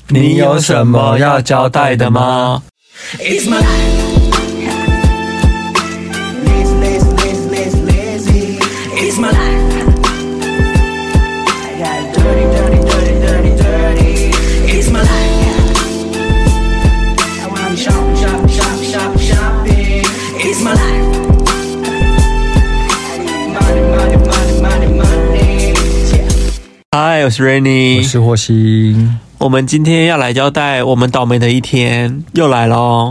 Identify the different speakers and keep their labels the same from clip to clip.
Speaker 1: 你有什么要交代的吗？
Speaker 2: It's my life. Lazy. It's my life. I got dirty. It's my life. I wanna shopping. It's my life. Money. Yeah.
Speaker 1: 嗨，我是 Rainy，
Speaker 3: 我是霍星。
Speaker 1: 我们今天要来交代我们倒霉的一天又来咯。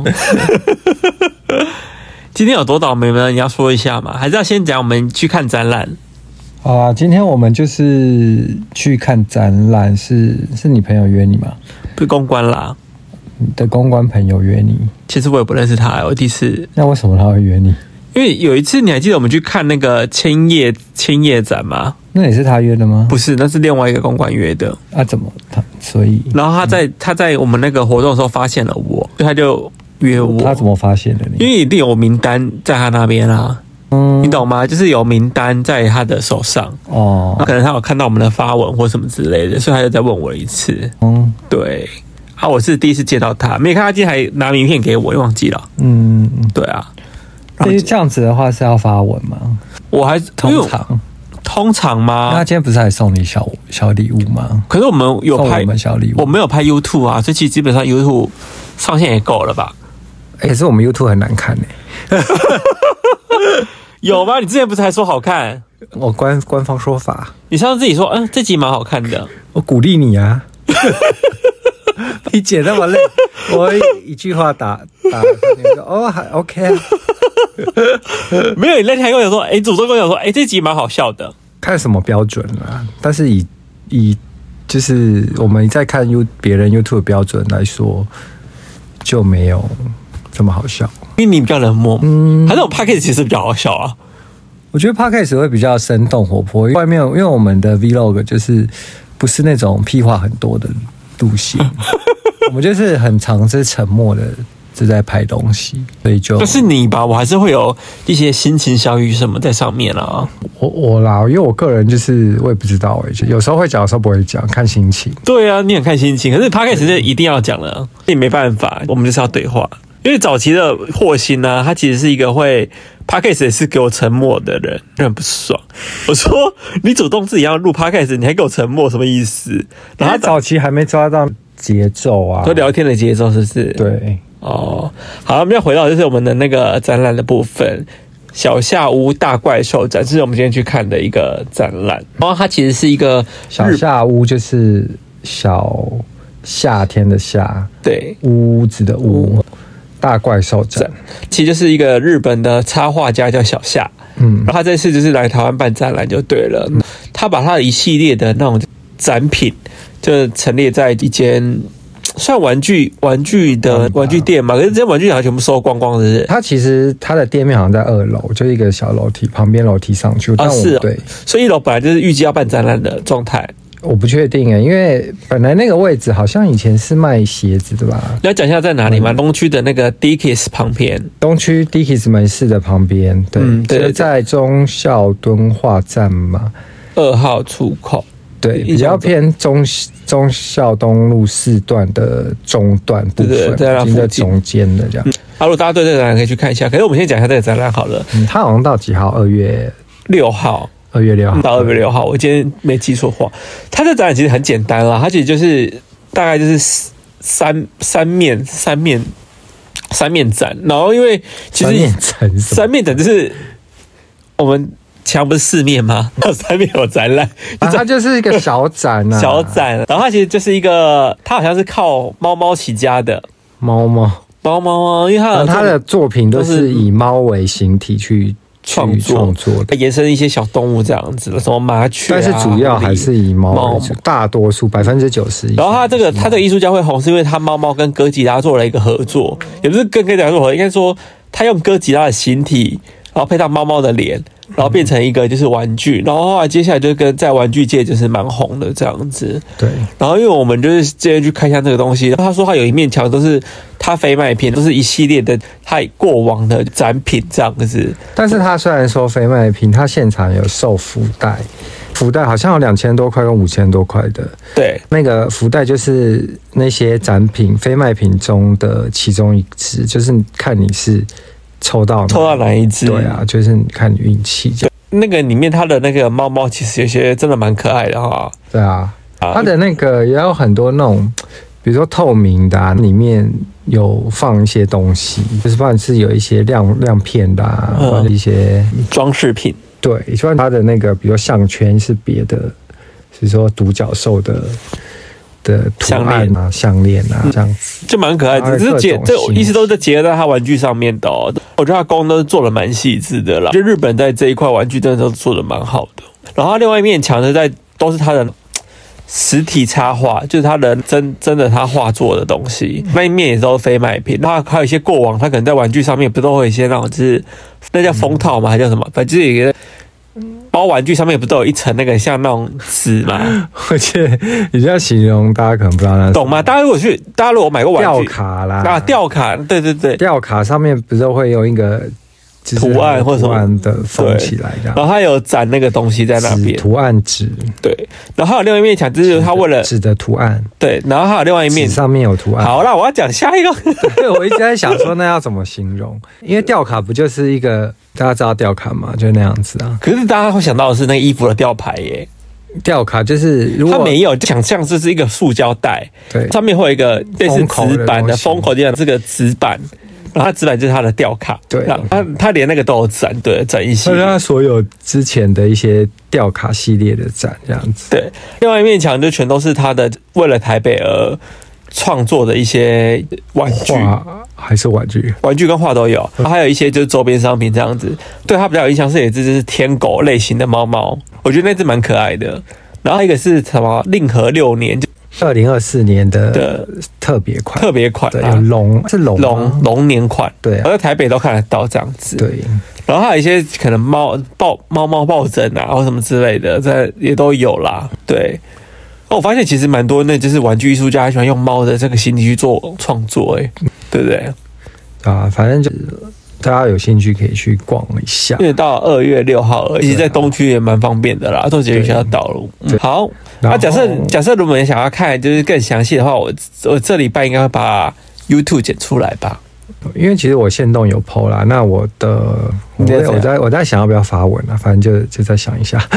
Speaker 1: 今天有多倒霉呢？你要说一下吗？还是要先讲我们去看展览？
Speaker 3: 好啊，今天我们就是去看展览，是你朋友约你吗？
Speaker 1: 不是公关啦，
Speaker 3: 你的公关朋友约你？
Speaker 1: 其实我也不认识他，我第一次。
Speaker 3: 那为什么他会约你？
Speaker 1: 因为有一次你还记得我们去看那个千叶展吗？
Speaker 3: 那也是他约的吗？
Speaker 1: 不是，那是另外一个公关约的。
Speaker 3: 啊，怎么他？所以，
Speaker 1: 然后他在我们那个活动的时候发现了我，所以他就约我。
Speaker 3: 他怎么发现的你？
Speaker 1: 因为一定有名单在他那边啊。你懂吗？就是有名单在他的手上哦，可能他有看到我们的发文或什么之类的，所以他就再问我一次。对啊，我是第一次见到他，没看他今天还拿名片给我，又忘记了。对啊。
Speaker 3: 所以这样子的话是要发文吗？
Speaker 1: 我还通常吗？
Speaker 3: 那他今天不是还送你小礼物吗？
Speaker 1: 可是我们有拍
Speaker 3: 我们小礼物，
Speaker 1: 我没有拍 YouTube 啊，所以其实基本上 YouTube 上线也够了吧？
Speaker 3: 可是我们 YouTube 很难看欸。
Speaker 1: 有吗？你之前不是还说好看？
Speaker 3: 我官方说法，
Speaker 1: 你上次自己说，这集蛮好看的。
Speaker 3: 我鼓励你啊！你剪那么累，我一句话打，你说哦还 OK 啊。
Speaker 1: 没有，你那天还跟我讲说，主动跟我讲说，这集蛮好笑的。
Speaker 3: 看什么标准啊？但是以就是我们在看别人 YouTube 的标准来说，就没有这么好笑。
Speaker 1: 因为你比较冷漠，还是我 Podcast 其实比较好笑啊。
Speaker 3: 我觉得 Podcast 会比较生动活泼，外面因为我们的 Vlog 就是不是那种屁话很多的路线，我们就是很常是沉默的。是在拍东西，所以
Speaker 1: 就是你吧，我还是会有一些心情小语什么在上面啊。
Speaker 3: 我啦，因为我个人就是我也不知道就有时候会讲，有时候不会讲，看心情。
Speaker 1: 对啊，你很看心情，可是 Podcast 是一定要讲的，也没办法，我们就是要对话。因为早期的霍星呢，他其实是一个会 Podcast 也是给我沉默的人，很不爽。我说你主动自己要录 Podcast， 你还给我沉默，什么意思？
Speaker 3: 然后他早期还没抓到节奏啊，
Speaker 1: 就聊天的节奏，是不是？
Speaker 3: 对。
Speaker 1: 好，我们要回到就是我们的那个展览的部分，小夏屋大怪兽展，这是我们今天去看的一个展览。然后它其实是一个
Speaker 3: 小夏屋，就是小夏天的夏，
Speaker 1: 对，
Speaker 3: 屋子的屋，大怪兽展，
Speaker 1: 其实就是一个日本的插画家叫小夏，然后他这次就是来台湾办展览就对了，他把他的一系列的那种展品就陈列在一间。算玩具的玩具店嘛，可是这些玩具好像全部收光光的。
Speaker 3: 它其实它的店面好像在2楼，就一个小楼梯，旁边楼梯上去。
Speaker 1: 是
Speaker 3: 对，
Speaker 1: 所以1楼本来就是预计要办展览的状态。
Speaker 3: 我不确定因为本来那个位置好像以前是卖鞋子的吧？
Speaker 1: 你要讲一下在哪里吗？东区的那个 Dickies 旁边，
Speaker 3: 东区 Dickies 门市的旁边，对，就是在忠孝敦化站嘛
Speaker 1: ，2号出口。
Speaker 3: 对，比较偏忠孝东路4段的中段部分，在中间的这样。
Speaker 1: 如果大家对这个展览可以去看一下，可是我们先讲一下这个展览好了。
Speaker 3: 它好像到几号？2月
Speaker 1: 6号。
Speaker 3: 2月6号
Speaker 1: 到2月6号，我今天没记错话。它这展览其实很简单啦，它其实就是大概就是三面展，然后因为其实三面展就是我们。墙不是4面吗？然后3面有展览，
Speaker 3: 它就是一个小展啊，
Speaker 1: 小展。然后它其实就是一个，它好像是靠猫起家的猫啊，因为
Speaker 3: 它的作品都是以猫为形体去创作的，
Speaker 1: 延伸一些小动物这样子的，什么麻雀
Speaker 3: 但是主要还是以猫为主，大多数90%。
Speaker 1: 然后他这个艺术家会红，是因为他猫跟哥吉拉做了一个合作，也不是跟哥吉拉做合作，应该说他用哥吉拉的形体，然后配上猫的脸。然后变成一个就是玩具，然后后来接下来就跟在玩具界就是蛮红的这样子。
Speaker 3: 对。
Speaker 1: 然后因为我们就是今天去看一下这个东西，他说他有一面墙都是他非卖品，都是一系列的他过往的展品这样子。
Speaker 3: 但是他虽然说非卖品，他现场有售福袋， 福袋好像有2000多块跟5000多块的。
Speaker 1: 对，
Speaker 3: 那个福袋就是那些展品非卖品中的其中一支，就是看你是抽到
Speaker 1: 哪一支。
Speaker 3: 对啊，就是看你运气这样。
Speaker 1: 那个里面它的那个猫猫其实有些真的蛮可爱的哈。
Speaker 3: 对啊，它的那个也有很多那种，比如说透明的里面有放一些东西，就是不管是有一些亮片的或者一些
Speaker 1: 装饰品。
Speaker 3: 对，虽然它的那个比如说项圈是别的，是说独角兽的图案啊、项链啊这样子，
Speaker 1: 就蛮可爱的。这意思都是结合在它玩具上面的哦。我觉得它工都是做的蛮细致的啦。就日本在这一块玩具真的都做的蛮好的。然后它另外一面墙呢，都是它的实体插画，就是它的真的他画作的东西，那一面也都是非卖品。然后还有一些过往，它可能在玩具上面不都会有一些那种，就是那叫封套吗？还叫什么？反正就是有一个包玩具上面不都有一层那个像那种纸吗？
Speaker 3: 而且你这样形容，大家可能不知道那
Speaker 1: 懂吗？大家如果买过玩具
Speaker 3: 吊卡啦，
Speaker 1: 吊卡，对，
Speaker 3: 吊卡上面不是会用一个
Speaker 1: 图案或者什么
Speaker 3: 的封起来的，
Speaker 1: 然后它有展那个东西在那边，
Speaker 3: 图案纸，
Speaker 1: 对，然后还有另外一面墙，就是它为了
Speaker 3: 纸的图案，
Speaker 1: 对，然后还有另外一面
Speaker 3: 上面有图案。
Speaker 1: 好啦，我要讲下一个。
Speaker 3: 对，我一直在想说那要怎么形容，因为吊卡不就是一个大家知道吊卡嘛，就那样子啊。
Speaker 1: 可是大家会想到的是那个衣服的吊牌耶。
Speaker 3: 吊卡就是如果
Speaker 1: 它没有想象这是一个塑胶袋，
Speaker 3: 对，
Speaker 1: 上面会有一个类似纸板的封口，这样这个纸板。然后它纸板就是它的吊卡，
Speaker 3: 对，
Speaker 1: 它连那个都有展，对，展一系列，
Speaker 3: 它所有之前的一些吊卡系列的展这样子。
Speaker 1: 对，另外一面墙就全都是它的为了台北而创作的一些玩具，
Speaker 3: 还是玩具
Speaker 1: 跟画都有，还有一些就是周边商品这样子。对它比较有印象是有一只就是天狗类型的猫猫，我觉得那只蛮可爱的。然后一个是什么令和6年。
Speaker 3: 2024年的特别款，对，有
Speaker 1: 龙年款，
Speaker 3: 对，
Speaker 1: 我在台北都看得到这样子，
Speaker 3: 对。
Speaker 1: 然后还有一些可能猫抱枕啊，或什么之类的，这也都有啦，对。我发现其实蛮多，那就是玩具艺术家喜欢用猫的这个形体去做创作，对不对？
Speaker 3: 啊，反正就大家有兴趣可以去逛一下，
Speaker 1: 因为到2月6号，其实在东区也蛮方便的啦，坐捷运学校道路。好。那假设如果你想要看就是更详细的话，我这礼拜应该会把 YouTube 剪出来吧。
Speaker 3: 因为其实我限动有 PO 啦，那我在想要不要发文啊，反正就再想一下。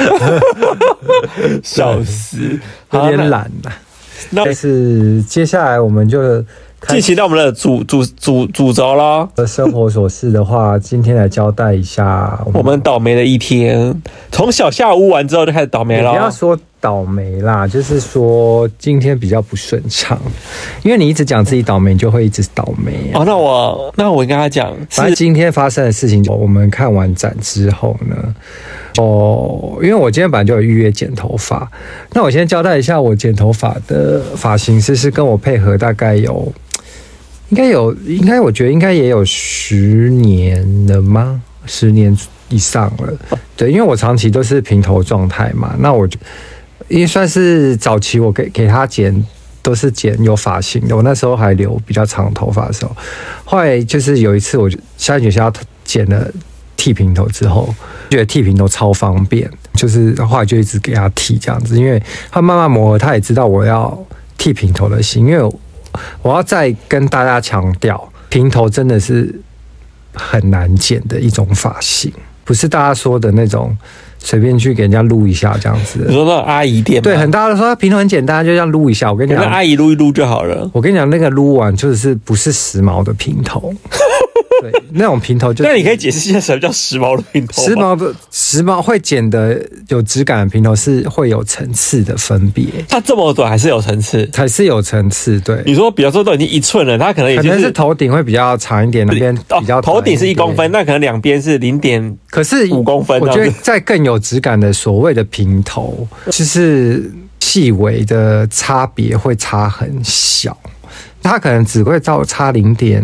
Speaker 1: 笑死，
Speaker 3: 有点懒啦。但是接下来我们就
Speaker 1: 进行到我们的主轴啦。
Speaker 3: 生活琐事的话，今天来交代一下
Speaker 1: 我们倒霉的一天。从小下午完之后就开始倒霉了。
Speaker 3: 不要说倒霉啦，就是说今天比较不顺畅，因为你一直讲自己倒霉，你就会一直倒霉啊。
Speaker 1: 那我跟他讲，
Speaker 3: 反正今天发生的事情，我们看完展之后呢，因为我今天本来就有预约剪头发，那我先交代一下，我剪头发的发型师是跟我配合，大概应该我觉得应该也有10年了吗？10年以上了。对，因为我长期都是平头状态嘛，那我因为算是早期我给他剪都是剪有发型的，我那时候还留比较长头发的时候，后来就是有一次我下一学期要剪了剃平头之后，觉得剃平头超方便，就是后来就一直给他剃这样子，因为他慢慢磨合，他也知道我要剃平头的心，因为我要再跟大家强调，平头真的是很难剪的一种发型，不是大家说的那种随便去给人家撸一下这样子。
Speaker 1: 你说那种阿姨店吗？
Speaker 3: 对，很大家都说平头很简单，就这样撸一下。我跟你讲，
Speaker 1: 阿姨撸一撸就好了。
Speaker 3: 我跟你讲，那个撸完就是不是时髦的平头。对，那种平头
Speaker 1: 那你可以解释一下什么叫时髦的平头吗？
Speaker 3: 时髦会剪的有质感的平头是会有层次的分别。
Speaker 1: 它这么短还是有层次？
Speaker 3: 还是有层次，对。
Speaker 1: 你说，比方说都已经1寸了，它可能也就是
Speaker 3: 是头顶会比较长一点，那边比较
Speaker 1: 头顶是1公分，那可能两边是0.5公分。
Speaker 3: 我觉得在更有质感的所谓的平头，就是细差别会差很小。它可能只会差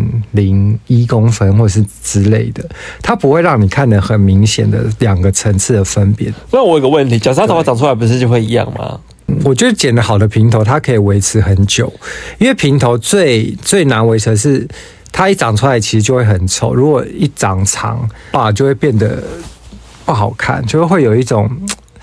Speaker 3: 0.01公分或是之类的，它不会让你看得很明显的2个层次的分别。
Speaker 1: 那我有个问题，假设它头发长出来不是就会一样吗？
Speaker 3: 我觉得剪得好的平头它可以维持很久，因为平头最难维持的是它一长出来其实就会很丑，如果一长长就会变得不好看，就会有一种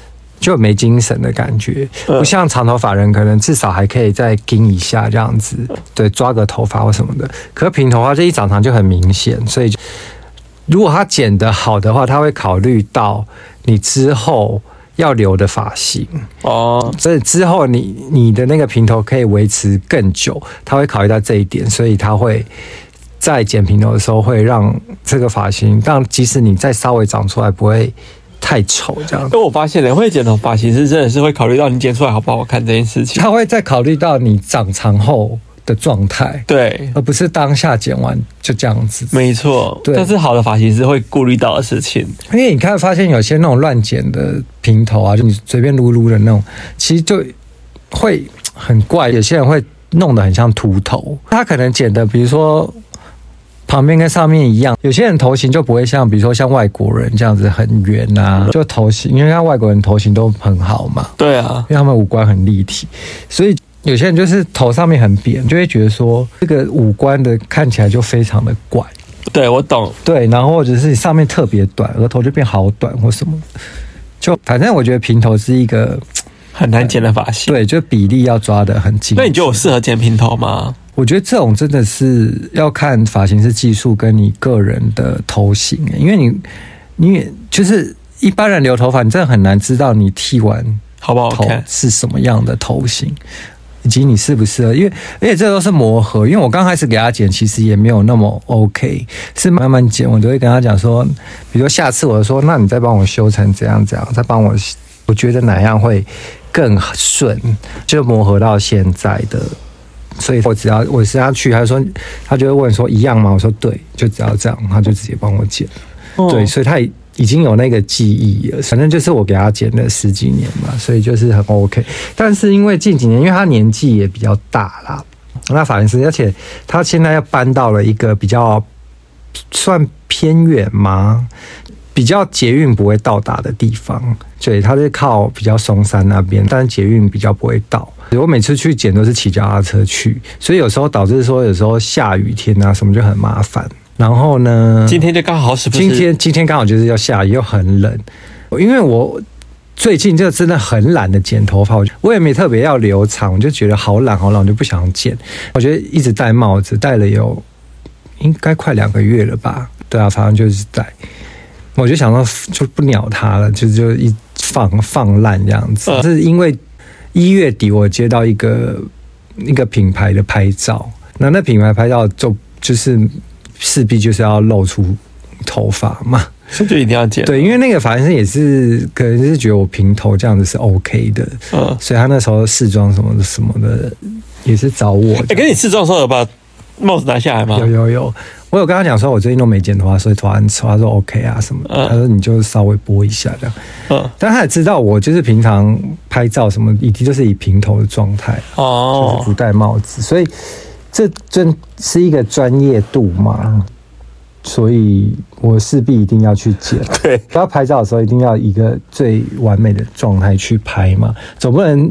Speaker 3: 就没精神的感觉，不像长头发人可能至少还可以再盯一下这样子，对，抓个头发或什么的。可是平头发这一长长就很明显，所以如果他剪得好的话，他会考虑到你之后要留的发型哦，所以之后你的那个平头可以维持更久，他会考虑到这一点，所以他会在剪平头的时候会让这个发型，让即使你再稍微长出来不会太丑这样。
Speaker 1: 因为我发现人会剪头发型师真的是会考虑到你剪出来好不好看这件事情，
Speaker 3: 他会再考虑到你长长后的状态，
Speaker 1: 对，
Speaker 3: 而不是当下剪完就这样子。
Speaker 1: 没错，但是好的发型师会顾虑到的事情。
Speaker 3: 因为你看，发现有些那种乱剪的平头啊，就你随便撸撸的那种，其实就会很怪。有些人会弄得很像秃头，他可能剪的，比如说旁边跟上面一样。有些人头型就不会像，比如说像外国人这样子很圆啊，就头型，因为像外国人头型都很好嘛。
Speaker 1: 对啊，
Speaker 3: 因为他们五官很立体，所以有些人就是头上面很扁，就会觉得说这个五官的看起来就非常的怪。
Speaker 1: 对，我懂。对，
Speaker 3: 然后或者是上面特别短，额头就变好短或什么，就反正我觉得平头是一个
Speaker 1: 很难剪的发型。
Speaker 3: 对，就比例要抓得很精。
Speaker 1: 那你觉得我适合剪平头吗？
Speaker 3: 我觉得这种真的是要看发型师技术跟你个人的头型，因为你就是一般人留头发，你真的很难知道你剃完
Speaker 1: 好不好看
Speaker 3: 是什么样的头型，以及你适不适合。因为而且这都是磨合，因为我刚开始给他剪，其实也没有那么 OK， 是慢慢剪，我都会跟他讲说，比如说下次我就说，那你再帮我修成怎样怎样，再帮我觉得哪样会更顺，就磨合到现在的。所以我只要去，他就会问说一样吗？我说对，就只要这样，他就直接帮我剪。对，所以他已经有那个记忆了，反正就是我给他剪了10几年嘛，所以就是很 OK。但是因为近几年，因为他年纪也比较大啦，那发型师，而且他现在要搬到了一个比较算偏远吗？比较捷运不会到达的地方，对，他是靠比较松山那边，但是捷运比较不会到。我每次去剪都是骑脚踏车去，所以有时候导致说有时候下雨天啊什么就很麻烦。然后呢，
Speaker 1: 今天就刚好是不
Speaker 3: 是？今天刚好就是要下雨又很冷，因为我最近就真的很懒得剪头发，我也没特别要留长，我就觉得好懒，我就不想剪。我觉得一直戴帽子，戴了有应该快2个月了吧？对啊，反正就是戴。我就想说就不鸟他了，就一放烂这样子。是因为1月底我接到一个品牌的拍照，那品牌拍照就是势必就是要露出头发嘛，
Speaker 1: 所以就一定要剪。
Speaker 3: 对，因为那个发型师也是可能是觉得我平头这样子是 OK 的，所以他那时候试妆什么的也是找我。
Speaker 1: 跟你试妆的时候有把帽子拿下来吗？
Speaker 3: 有。我有跟他讲说，我最近都没剪头发，所以头发很丑。他说 OK 啊什么的，他说你就稍微拨一下这样。但他也知道我就是平常拍照什么，一定就是以平头的状态，就是不戴帽子，所以这真是一个专业度嘛。所以我势必一定要去剪。
Speaker 1: 对，
Speaker 3: 要拍照的时候一定要一个最完美的状态去拍嘛，总不能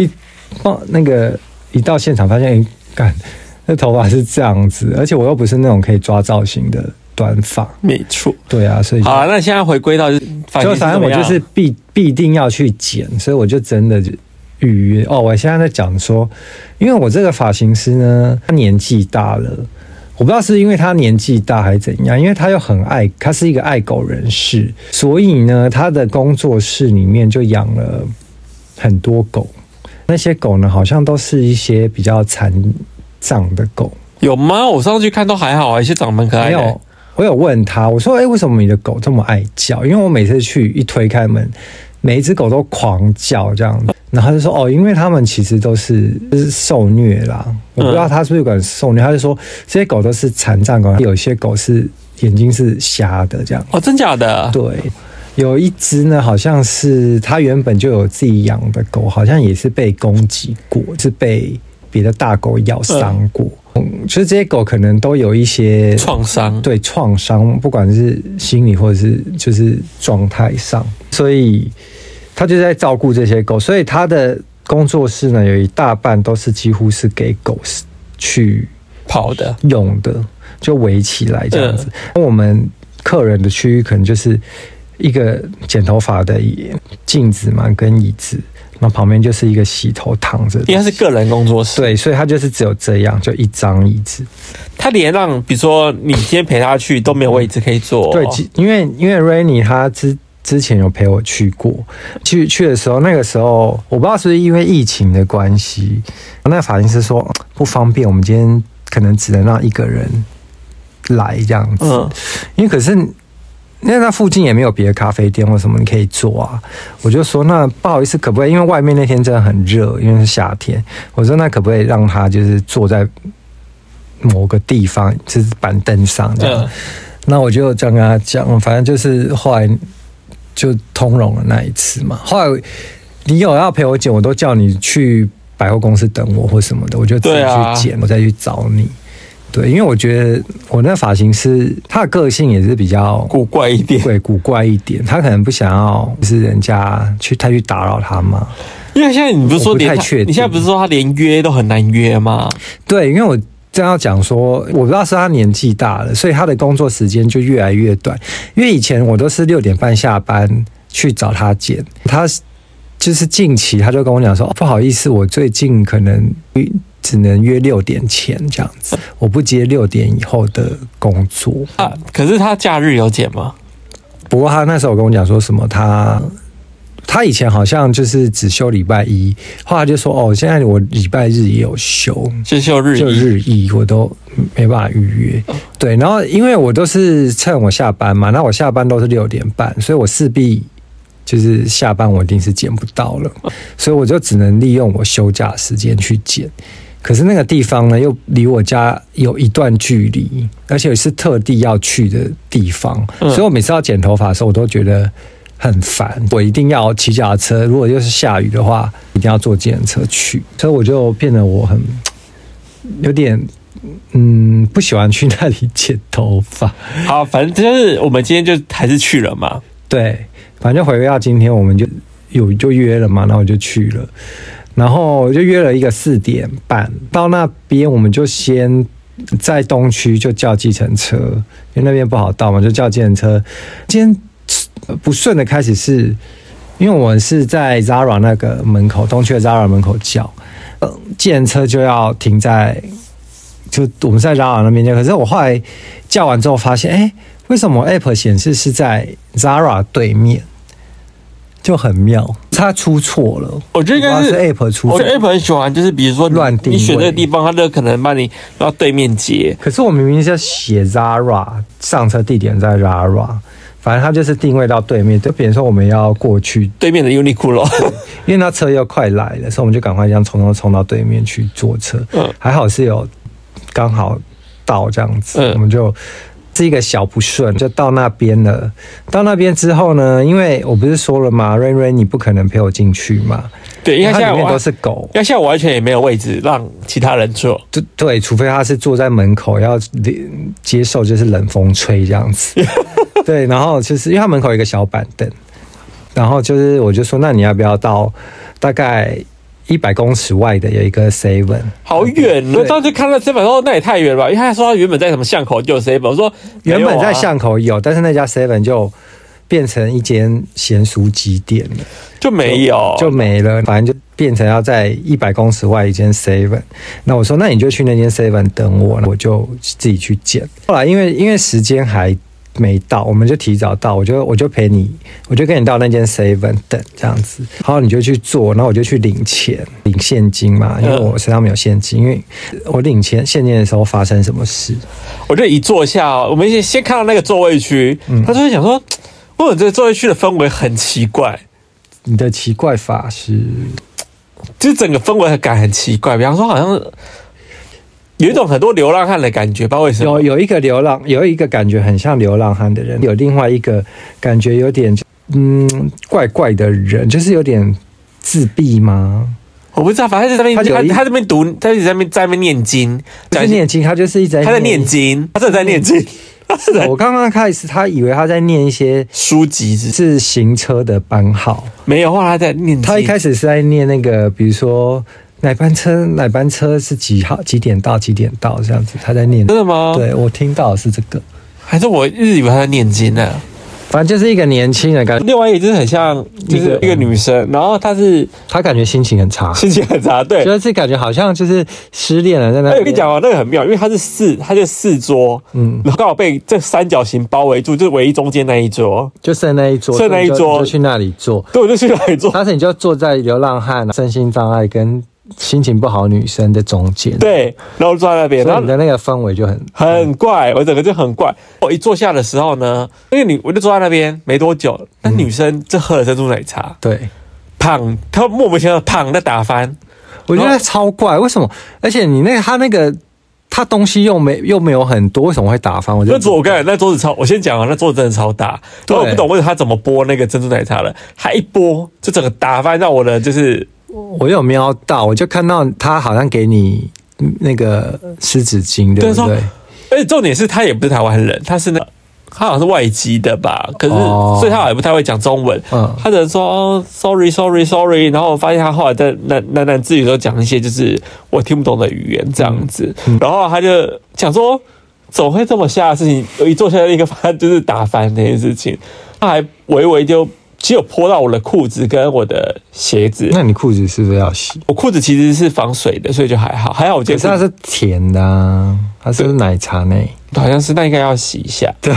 Speaker 3: 一到现场发现干。那头发是这样子，而且我又不是那种可以抓造型的短发，
Speaker 1: 没错，
Speaker 3: 对啊，所以
Speaker 1: 好，那现在回归到就
Speaker 3: 反正我就是必定要去剪，所以我就真的预约哦。我现在在讲说，因为我这个发型师呢，他年纪大了，我不知道是因为他年纪大还是怎样，因为他又很他是一个爱狗人士，所以呢，他的工作室里面就养了很多狗，那些狗呢，好像都是一些比较残障的狗。
Speaker 1: 有吗？我上次去看都还好啊，一些长得蛮可爱的。
Speaker 3: 没有，我有问他，我说：“为什么你的狗这么爱叫？”因为我每次去一推开门，每一只狗都狂叫这样子。然后他就说：“因为他们其实都是受虐啦。”我不知道他是不是有可能受虐。他就说这些狗都是残障狗，有些狗是眼睛是瞎的这样。
Speaker 1: 哦，真假的？
Speaker 3: 对，有一只呢，好像是他原本就有自己养的狗，好像也是被攻击过，是被别的大狗咬伤过。就是这些狗可能都有一些
Speaker 1: 创伤，
Speaker 3: 对，创伤，不管是心理或者是就是状态上，所以他就在照顾这些狗，所以他的工作室呢有一大半都是几乎是给狗去
Speaker 1: 跑的用
Speaker 3: 的，就围起来这样子。我们客人的区域可能就是一个剪头发的镜子嘛，跟椅子，然后旁边就是一个洗头躺着，
Speaker 1: 应该是个人工作室。
Speaker 3: 对，所以他就是只有这样，就一张椅子。
Speaker 1: 他连让比如说你今天陪他去都没有位置可以坐。
Speaker 3: 对，因为 Rainy 他之前有陪我去过，去的时候，那个时候我不知道是不是因为疫情的关系，那个发型师说不方便，我们今天可能只能让一个人来这样子。因为可是因为那附近也没有别的咖啡店或什么你可以坐啊，我就说那不好意思，可不可以？因为外面那天真的很热，因为是夏天，我说那可不可以让他就是坐在某个地方，就是板凳上这样。那我就这样跟他讲，反正就是后来就通融了那一次嘛。后来你有要陪我剪，我都叫你去百货公司等我或什么的，我就自己去剪，我再去找你。对，因为我觉得我那发型师他的个性也是比较
Speaker 1: 古怪一点，
Speaker 3: 对，古怪一点，他可能不想要就是人家太去打扰他嘛。
Speaker 1: 因为现在你不是说连
Speaker 3: 你
Speaker 1: 现在不是说他连约都很难约吗？
Speaker 3: 对，因为我这样讲说，我不知道是他年纪大了，所以他的工作时间就越来越短。因为以前我都是6点半下班去找他剪，他就是近期他就跟我讲说，不好意思，我最近可能只能约6点前这样子，我不接6点以后的工作。
Speaker 1: 可是他假日有剪吗？
Speaker 3: 不过他那时候跟我讲说什么，他以前好像就是只休礼拜一，后来就说现在我礼拜日也有休，
Speaker 1: 就休日
Speaker 3: 一我都没办法预约。对，然后因为我都是趁我下班嘛，那我下班都是6点半，所以我势必就是下班我一定是剪不到了，所以我就只能利用我休假时间去剪。可是那个地方呢，又离我家有一段距离，而且是特地要去的地方，所以我每次要剪头发的时候，我都觉得很烦。我一定要骑脚踏车，如果又是下雨的话，一定要坐计程车去。所以我就变得我很有点不喜欢去那里剪头发。
Speaker 1: 好，反正就是我们今天就还是去了嘛。
Speaker 3: 对，反正回归到今天，我们就约了嘛，然后我就去了。然后就约了一个4点半到那边，我们就先在东区就叫计程车，因为那边不好到嘛，就叫计程车。今天不顺的开始是，因为我们是在 Zara 那个门口，东区的 Zara 门口叫，计程车就要停在，就我们是在 Zara 那边叫。可是我后来叫完之后发现，为什么 App 显示是在 Zara 对面？就很妙，他出错了。
Speaker 1: 我觉得应该是
Speaker 3: App 出错。
Speaker 1: 我觉得 App 很喜欢，就是比如说你选这个地方，它就可能把你到对面接。
Speaker 3: 可是我明明是要写 Zara 上车地点在 Zara， 反正它就是定位到对面，就比如说我们要过去
Speaker 1: 对面的 Uniqlo，
Speaker 3: 因为那车又快来了，所以我们就赶快这样冲到对面去坐车。还好是有刚好到这样子，我们就是一个小不顺，就到那边了。到那边之后呢，因为我不是说了吗 ，Rain 你不可能陪我进去嘛。
Speaker 1: 对，因为现在
Speaker 3: 里面都是狗，
Speaker 1: 因为现在我完全也没有位置让其他人坐。
Speaker 3: 对，除非他是坐在门口，要接受就是冷风吹这样子。对，然后就是因为他门口有一个小板凳，然后就是我就说，那你要不要到大概100公尺外的有一个 Seven，
Speaker 1: 好远！我当时看到 Seven 说那也太远了吧，因为他说他原本在什么巷口就有 Seven， 我说
Speaker 3: 原本在巷口有，但是那家 Seven 就变成一间咸酥鸡店了，
Speaker 1: 就没有
Speaker 3: 就没了，反正就变成要在100公尺外一间 Seven。那我说那你就去那间 Seven 等我，我就自己去捡。后来因为时间还没到，我们就提早到，我就陪你，我就跟你到那间 Seven 等这样子，然后你就去做，然后我就去领现金嘛，因为我身上没有现金，因为我领现金的时候发生什么事，
Speaker 1: 我就一坐下，我们先看到那个座位区，他就会想说，为什么这个座位区的氛围很奇怪？
Speaker 3: 你的奇怪法是，
Speaker 1: 就是整个氛围感很奇怪，比方说好像有一种很多流浪汉的感觉，不知道为什么。有一个感觉很像流浪汉的人，有另外一个感觉有点怪怪的人，就是有点自闭吗？我不知道，反正在那边他这边读，他一直在那边念经，不是念经，他就是一直在念经，他真的在念经。是的，我刚刚开始他以为他在念一些书籍，是行车的班号，没有，后来他在念经。他一开始是在念那个，比如说哪班车是几号几点到这样子，他在念。真的吗？对，我听到的是这个，还是我一直以为他在念经呢？
Speaker 3: 反正就是一个年轻人感觉。
Speaker 1: 另外一个就是很像，就是一个女生，然后
Speaker 3: 她感觉心情很差，
Speaker 1: 对，
Speaker 3: 就是感觉好像就是失恋了在那。
Speaker 1: 我跟你讲哦，那个很妙，因为它就四桌，然后刚好被这三角形包围住，就是唯一中间那一桌，
Speaker 3: 就剩那一桌，就去那里坐。
Speaker 1: 对，我就去那里坐。
Speaker 3: 但是你就坐在流浪汉、身心障碍跟心情不好女生的中间，
Speaker 1: 对，然后坐在那边，
Speaker 3: 然后你的那个氛围就
Speaker 1: 很怪，我整个就很怪。我一坐下的时候呢，因为我就坐在那边没多久，那女生就喝了珍珠奶茶，
Speaker 3: 对，
Speaker 1: 她莫名其妙的打翻，
Speaker 3: 我觉得超怪，为什么？而且你他东西又没有很多，为什么会打翻？我
Speaker 1: 刚才那桌子我先讲啊，那桌子真的超大，我不懂为什么他怎么剥那个珍珠奶茶了，他一剥就整个打翻到我的就是。
Speaker 3: 我有瞄到，我就看到他好像给你那个湿纸巾，对不对？
Speaker 1: 而且重点是他也不是台湾人，他好像是外籍的吧？可是所以他也不太会讲中文，他只能说sorry， 然后我发现他后来在喃喃自语都讲一些就是我听不懂的语言这样子，然后他就讲说怎么会这么瞎的事情，我一坐下来立刻发现就是打翻那件事情，他还微微就。只有泼到我的裤子跟我的鞋子。
Speaker 3: 那你裤子是不是要洗？
Speaker 1: 我裤子其实是防水的，所以就还好。还好我觉得
Speaker 3: 可是它是甜的啊，它是奶茶呢，
Speaker 1: 好像是，那应该要洗一下。对，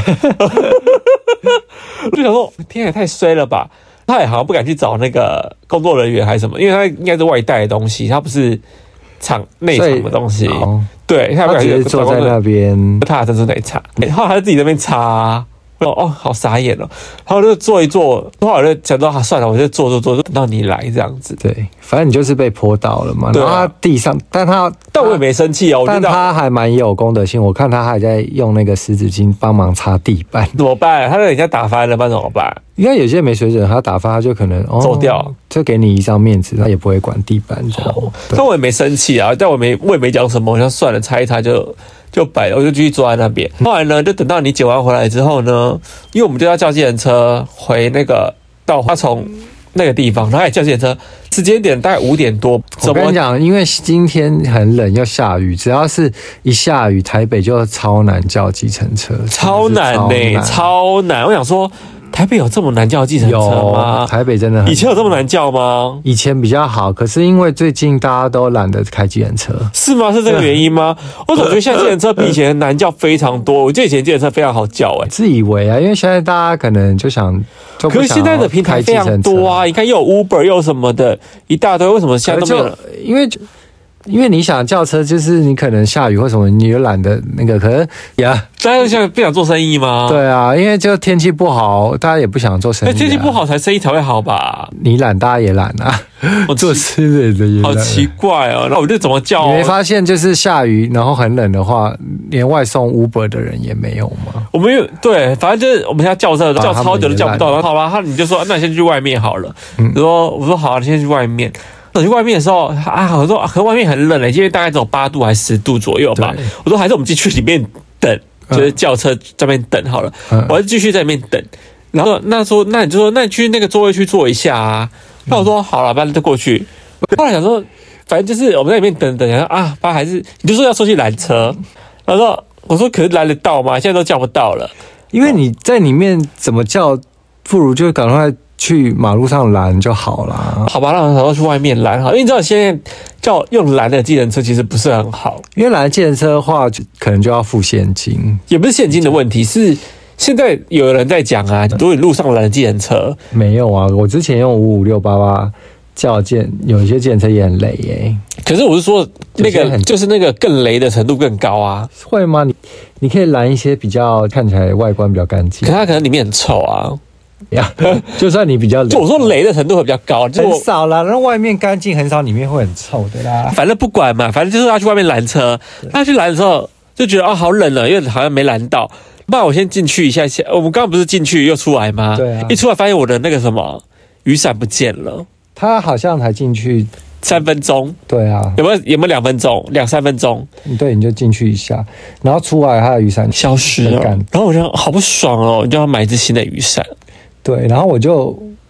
Speaker 1: 我就想说，天也太衰了吧！他也好像不敢去找那个工作人员还是什么，因为他应该是外带的东西，他不是内场的东西。对，他不敢去
Speaker 3: 坐在那边，
Speaker 1: 他的珍珠奶茶，然后还在自己那边擦。哦，好傻眼哦！然后我就坐一坐，后来我就想到，算了，我就坐，等到你来这样子。
Speaker 3: 对，反正你就是被泼到了嘛。然后他地上，但
Speaker 1: 我也没生气哦。
Speaker 3: 但他还蛮有公德心，我看他还在用那个湿纸巾帮忙擦地板。
Speaker 1: 怎么办？他让人家打翻了，那怎么办？
Speaker 3: 应该有些没水准，他打翻他就可能
Speaker 1: 走掉，
Speaker 3: 就给你一张面子，他也不会管地板这样。
Speaker 1: 但我也没生气啊，但我也没讲什么，我想算了，擦一擦就摆了，我就继续坐在那边。后来呢，就等到你剪完回来之后呢，因为我们就要叫计程车回那个到花丛那个地方，然后也叫计程车，时间点大概5点多。
Speaker 3: 我跟你讲，因为今天很冷又下雨，只要是一下雨，台北就超难叫计程车，
Speaker 1: 超难欸，超难。我想说。台北有这么难叫计程车吗？
Speaker 3: 有，台北真的
Speaker 1: 以前有这么难叫吗？
Speaker 3: 以前比较好，可是因为最近大家都懒得开计程车，
Speaker 1: 是吗？是这个原因吗？我总觉得现在计程车比以前难叫非常多。我记得以前计程车非常好叫，
Speaker 3: 自以为啊，因为现在大家可能就
Speaker 1: 可是现在的平台非常多啊，你看又有 Uber 又有什么的一大堆，为什么现在都没有？
Speaker 3: 因为你想叫车，就是你可能下雨或什么，你又懒得那个，可能呀，
Speaker 1: 大家现在不想做生意吗？
Speaker 3: 对啊，因为就天气不好，大家也不想做生意。
Speaker 1: 天气不好生意才会好吧？
Speaker 3: 你懒，大家也懒啊。做吃的也
Speaker 1: 好奇怪哦。那我就怎么叫？
Speaker 3: 你没发现就是下雨然后很冷的话，连外送 Uber 的人也没有吗？
Speaker 1: 我们有对，反正就是我们现在叫车叫超久都叫不到，然后好吧，你就说那你先去外面好了。我说好，你先去外面。走去外面的时候我说可外面很冷因为大概只有8度还是10度左右吧。我说还是我们进去里面等，就是叫车在那边等好了。我还是继续在里面等。然后那你就说那你去那个座位去坐一下啊。那我说好了，不然就过去。后来想说，反正就是我们在里面等，想说爸还是你就说要出去拦车。然后我说可是拦得到吗？现在都叫不到了，
Speaker 3: 因为你在里面怎么叫，不如就赶快。去马路上拦就好啦。
Speaker 1: 好吧，那我想去外面拦好，因为你知道现在叫用拦的计程车其实不是很好，
Speaker 3: 因为拦计程车的话，可能就要付现金，
Speaker 1: 也不是现金的问题，是现在有人在讲啊，如果你路上拦计程车，
Speaker 3: 没有啊，我之前用55688叫有一些计程车也很雷耶。
Speaker 1: 可是我是说那个就是那个更雷的程度更高啊，
Speaker 3: 会吗？你可以拦一些比较看起来外观比较干净，
Speaker 1: 可它可能里面很臭啊。
Speaker 3: 就算你比较雷，
Speaker 1: 就我说雷的程度会比较高，
Speaker 3: 很少啦，然后外面干净，很少里面会很臭的啦。
Speaker 1: 反正不管嘛，反正就是要去外面拦车。他去拦的时候就觉得好冷了，因为好像没拦到。不然我先进去一下。我们刚刚不是进去又出来吗？
Speaker 3: 对啊。
Speaker 1: 一出来发现我的那个什么雨伞不见了。
Speaker 3: 他好像才进去
Speaker 1: 3分钟。
Speaker 3: 对啊。
Speaker 1: 有没有2分钟？2-3分钟？
Speaker 3: 对，你就进去一下，然后出来他的雨伞
Speaker 1: 消失了。然后我就好不爽哦，我就要买一支新的雨伞。
Speaker 3: 对，然后我就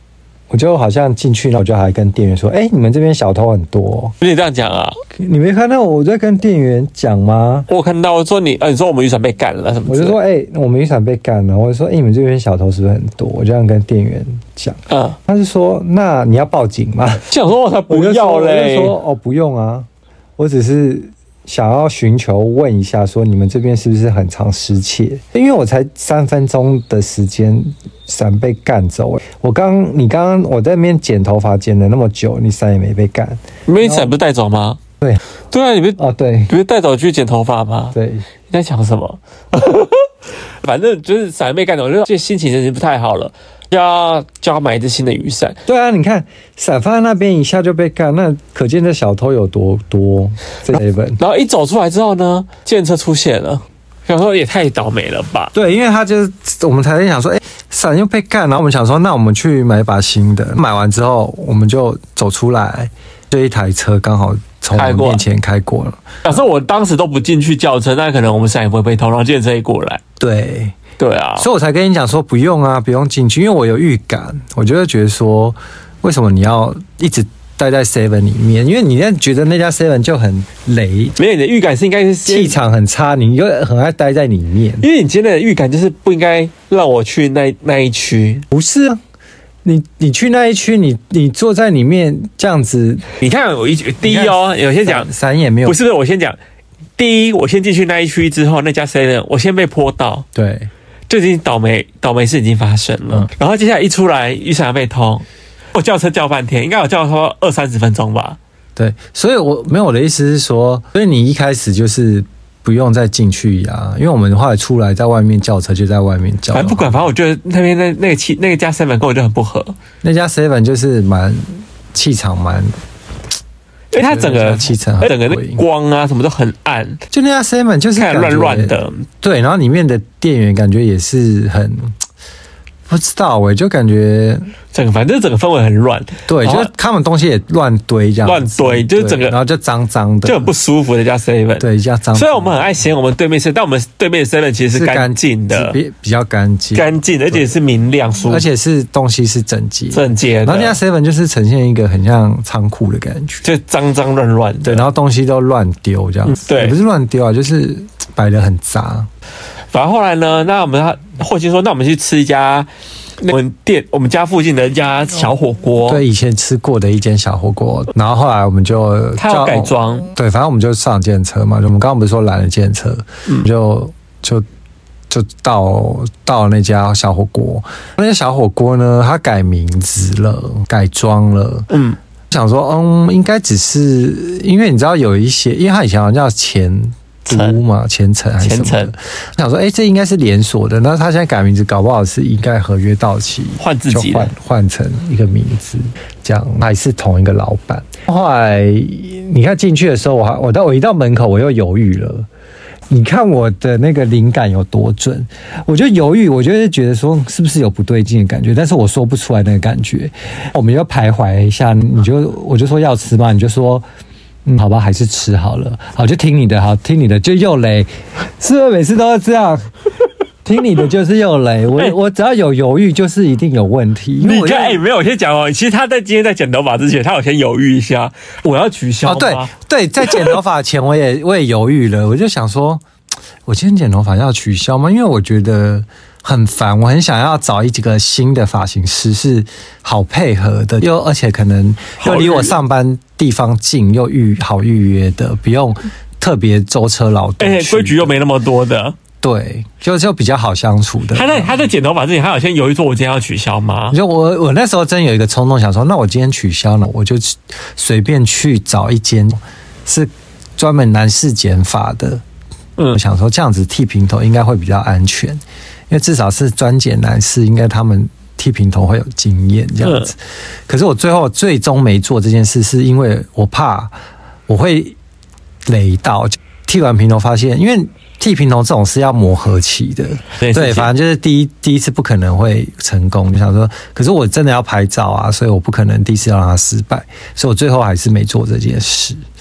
Speaker 3: 我就好像进去，然后我就还跟店员说：“你们这边小偷很多。”
Speaker 1: 你这样讲啊？
Speaker 3: 你没看到我在跟店员讲吗？
Speaker 1: 我看到我说你说我们雨伞被干了什么？
Speaker 3: 我就说我们雨伞被干了。我就说你们这边小偷是不是很多？我这样跟店员讲。他就说：“那你要报警吗？”
Speaker 1: 想说我才不要嘞。
Speaker 3: 我就说不用啊，我只是想要寻求问一下，说你们这边是不是很常失窃？因为我才3分钟的时间，伞被干走。你刚刚我在那边剪头发剪了那么久，你伞也没被干。
Speaker 1: 你伞不是带走吗？对啊，你不是
Speaker 3: 对，
Speaker 1: 你不是带走去剪头发吗？
Speaker 3: 对，
Speaker 1: 你在想什么？反正就是伞被干走，我就心情真是不太好了。要叫他买一支新的雨伞。
Speaker 3: 对啊，你看伞放在那边一下就被干，那可见这小偷有多多。
Speaker 1: 然后一走出来之后呢，计程车出现了，想说也太倒霉了吧？
Speaker 3: 对，因为他就是我们才在想说，伞又被干，然后我们想说，那我们去买一把新的。买完之后，我们就走出来，就一台车刚好从我们面前开过了。
Speaker 1: 假设我当时都不进去叫车，那可能我们伞也不会被偷，然后计程车一过来。
Speaker 3: 对啊，所以我才跟你讲说不用啊，不用进去，因为我有预感，我就会觉得说，为什么你要一直待在 Seven 里面？因为你觉得那家 Seven 就很雷，
Speaker 1: 没有你的预感是应该是
Speaker 3: 气场很差，你就很爱待在里面。
Speaker 1: 因为你今天的预感就是不应该让我去那一区，
Speaker 3: 不是啊？你去那一区，你坐在里面这样子，
Speaker 1: 你看第一有先讲
Speaker 3: 伞也没有，
Speaker 1: 不是我先讲。第一，我先进去那一区之后，那家 Seven 我先被泼到，
Speaker 3: 对。
Speaker 1: 就已经倒霉事已经发生了，然后接下来一出来雨伞被偷，我叫车叫半天，应该有叫说20-30分钟吧。
Speaker 3: 对，所以我的意思是说，所以你一开始就是不用再进去呀，因为我们后来出来在外面叫车就在外面叫。
Speaker 1: 不管，反正我觉得那边那个家 Seven 跟我就很不合，
Speaker 3: 那家 Seven 就是气场蛮。
Speaker 1: 因为它整个那光啊什么都很暗，
Speaker 3: 就那家 Seven 就是
Speaker 1: 看乱乱的，
Speaker 3: 对，然后里面的店员感觉也是很不知道就感觉
Speaker 1: 反正整个氛围很乱，
Speaker 3: 对，就是他们东西也乱堆这样，
Speaker 1: 乱堆就是整个，
Speaker 3: 然后就脏脏的，
Speaker 1: 就很不舒服的一家 Seven，
Speaker 3: 对，一家脏。
Speaker 1: 虽然我们很爱嫌我们对面 Seven， 但我们对面的 Seven 其实是干净的，
Speaker 3: 比较干净，
Speaker 1: 而且是明亮舒服，
Speaker 3: 而且是东西是整洁的。
Speaker 1: 然
Speaker 3: 后那家 Seven 就是呈现一个很像仓库的感觉，
Speaker 1: 就脏脏乱乱的，
Speaker 3: 对，然后东西都乱丢这样子，
Speaker 1: 对，
Speaker 3: 也不是乱丢啊，就是摆得很杂。
Speaker 1: 反正后来呢，那霍金说，那我们去吃一家。我们家附近的一家小火锅，
Speaker 3: 对，以前吃过的一间小火锅，然后后来我们就
Speaker 1: 他要改装，
Speaker 3: 对，反正我们就上计程车嘛，我们刚刚不是说拦了计程车，就到那家小火锅，那家小火锅呢，它改名字了，改装了，想说应该只是因为你知道有一些，因为它以前好像叫前程还是什么的，想说这应该是连锁的，那他现在改名字，搞不好是应该合约到期
Speaker 1: 换自己的，
Speaker 3: 换成一个名字，这样还是同一个老板。后来你看进去的时候，我一到门口我又犹豫了。你看我的那个灵感有多准，我就犹豫，我就是觉得说是不是有不对劲的感觉，但是我说不出来那个感觉。我们又徘徊一下，我就说要吃吗？你就说。好吧，还是吃好了。好，就听你的，就又雷，是不是每次都要这样？听你的就是又雷，我只要有犹豫，就是一定有问题。
Speaker 1: 你看，没有，我先讲哦。其实他今天在剪头发之前，他有先犹豫一下，我要取消吗？
Speaker 3: 对，在剪头发前我也犹豫了，我就想说，我今天剪头发要取消吗？因为我觉得很烦，我很想要找一个新的发型师是好配合的，而且可能又离我上班地方近，又好预约的，不用特别舟车劳顿，
Speaker 1: 规矩又没那么多的，
Speaker 3: 对，就比较好相处的。
Speaker 1: 他在剪头发之前，他好像犹豫说：“我今天要取消吗？”
Speaker 3: 就我那时候真有一个冲动，想说，那我今天取消了，我就随便去找一间是专门男士剪发的。我想说这样子剃平头应该会比较安全，因为至少是专剪男士，应该他们剃平头会有经验这样子。可是我最终没做这件事，是因为我怕我会雷到。剃完平头发现，因为剃平头这种是要磨合期的，对，反正就是第一次不可能会成功，就想说，可是我真的要拍照啊，所以我不可能第一次要让它失败，所以我最后还是没做这件事。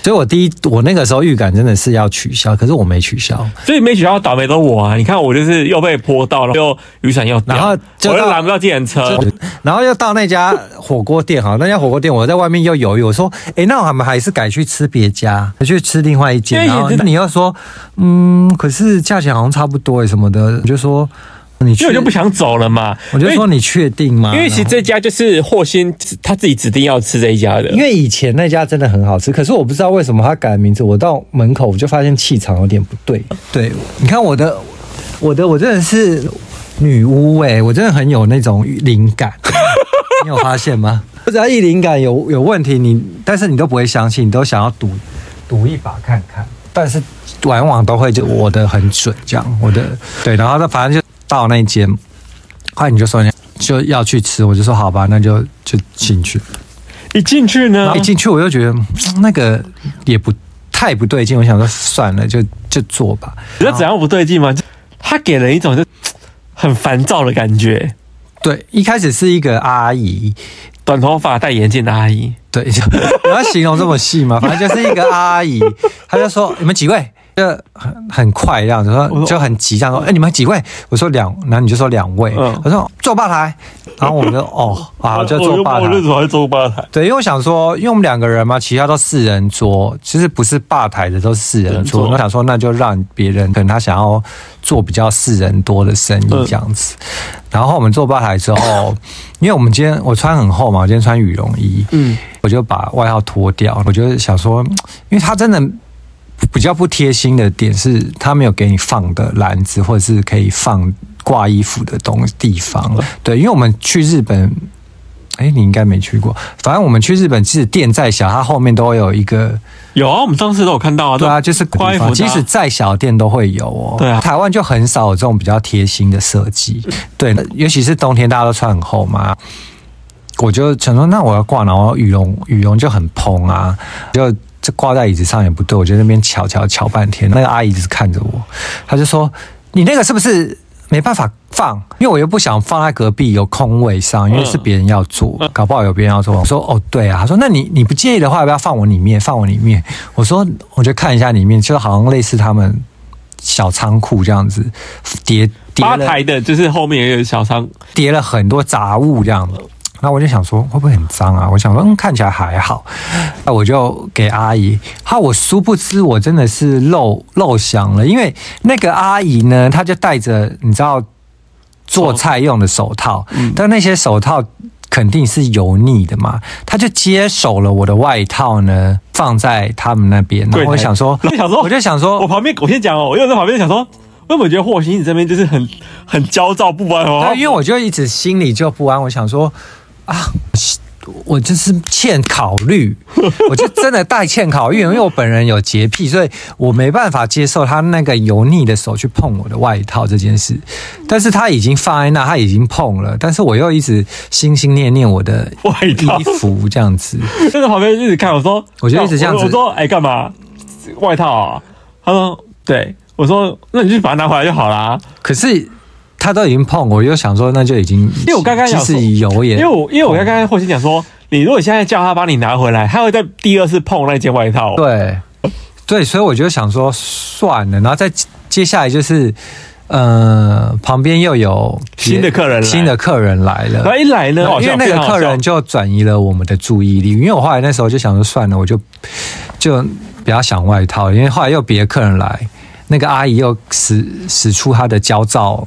Speaker 3: 所以我那个时候预感真的是要取消，可是我没取消，
Speaker 1: 所以没取消倒霉都我啊！你看我就是又被泼到了，又雨伞又掉，
Speaker 3: 然后
Speaker 1: 我又拦不到计程车，
Speaker 3: 然后又到那家火锅店，好，那家火锅店我在外面又犹豫，我说，那我们还是改去吃别家，去吃另外一间，然后你又说，可是价钱好像差不多什么的，我就说。因
Speaker 1: 为我就不想走了嘛，
Speaker 3: 我就说你确定吗？
Speaker 1: 因为其实这家就是霍心他自己指定要吃这一家的，
Speaker 3: 因为以前那家真的很好吃，可是我不知道为什么他改名字，我到门口我就发现气场有点不对。对，你看我真的是女巫我真的很有那种灵感，你有发现吗？只要一灵感有问题，但是你都不会相信，你都想要赌一把看看，但是往往都会就我的很准这样，对，然后反正就。到那间，后来你就说就要去吃，我就说好吧，那就进去。
Speaker 1: 一进去呢，
Speaker 3: 一进去我就觉得那个也太不对劲，我想说算了，就做吧。
Speaker 1: 你知道怎样不对劲吗？他给人一种就很烦躁的感觉。
Speaker 3: 对，一开始是一个阿姨，
Speaker 1: 短头发戴眼镜的阿姨。
Speaker 3: 对，我要形容这么细吗？反正就是一个阿姨，她就说你们几位？就很快这样子说，就很急这样说，你们几位？我说然后你就说2位，我说坐吧台，然后我们就就坐吧台。我
Speaker 1: 为什么会坐吧台？
Speaker 3: 对，因为我想说，因为我们2个人嘛，其他都4人桌，其实不是吧台的都是4人桌。我想说，那就让别人可能他想要做比较4人多的生意这样子。然后我们坐吧台之后，因为我们今天我穿很厚嘛，我今天穿羽绒衣，我就把外套脱掉，我就想说，因为他真的。比较不贴心的点是，他没有给你放的篮子，或者是可以放挂衣服的地方。对，因为我们去日本，你应该没去过。反正我们去日本，即使店再小，它后面都会有一个。
Speaker 1: 有啊，我们上次都有看到啊。
Speaker 3: 对啊，就是挂衣服，即使再小店都会有哦。
Speaker 1: 对啊，
Speaker 3: 台湾就很少有这种比较贴心的设计。对，尤其是冬天大家都穿很厚嘛。我就想说，那我要挂，然后羽绒就很蓬啊，这挂在椅子上也不对，我就在那边瞧半天。那个阿姨一直看着我，她就说：“你那个是不是没办法放？因为我又不想放在隔壁有空位上，因为是别人要坐，搞不好有别人要坐。”我说：“哦，对啊。”她说：“那你不介意的话，要不要放我里面？放我里面？”我说：“我就看一下里面，就好像类似他们小仓库这样子，叠
Speaker 1: 吧台的，就是后面也有小仓，
Speaker 3: 叠了很多杂物这样子。”那我就想说会不会很脏啊？我想说看起来还好，那我就给阿姨。我殊不知我真的是漏想了，因为那个阿姨呢，她就戴着你知道做菜用的手套，但那些手套肯定是油腻的嘛，她就接手了我的外套呢，放在他们那边。然后我就想说，
Speaker 1: 我旁边我先讲我又在旁边想说。因为我觉得霍心你这边就是很焦躁不安
Speaker 3: 对，因为我就一直心里就不安，我想说我就是欠考虑，我就真的带欠考虑，因为我本人有洁癖，所以我没办法接受他那个油腻的手去碰我的外套这件事。但是他已经放在那，他已经碰了，但是我又一直心心念念我的衣服这样子，
Speaker 1: 就在旁边一直看，我
Speaker 3: 就一直这样子，
Speaker 1: 我说干嘛？外套啊？他说对。我说，那你就把它拿回来就好啦。
Speaker 3: 可是他都已经碰，我又想说，那就已经，
Speaker 1: 因为我刚刚
Speaker 3: 其实油也，
Speaker 1: 因为我刚刚霍心讲说，你如果现在叫他帮你拿回来，他会在第2次碰那件外套。
Speaker 3: 对，所以我就想说算了，然后再接下来就是旁边又有
Speaker 1: 新的客
Speaker 3: 人来了，
Speaker 1: 然后一来呢，
Speaker 3: 因为那个客人就转移了我们的注意力，因为我后来那时候就想说算了，我就不要想外套，因为后来又别的客人来。那个阿姨又使出她的焦躁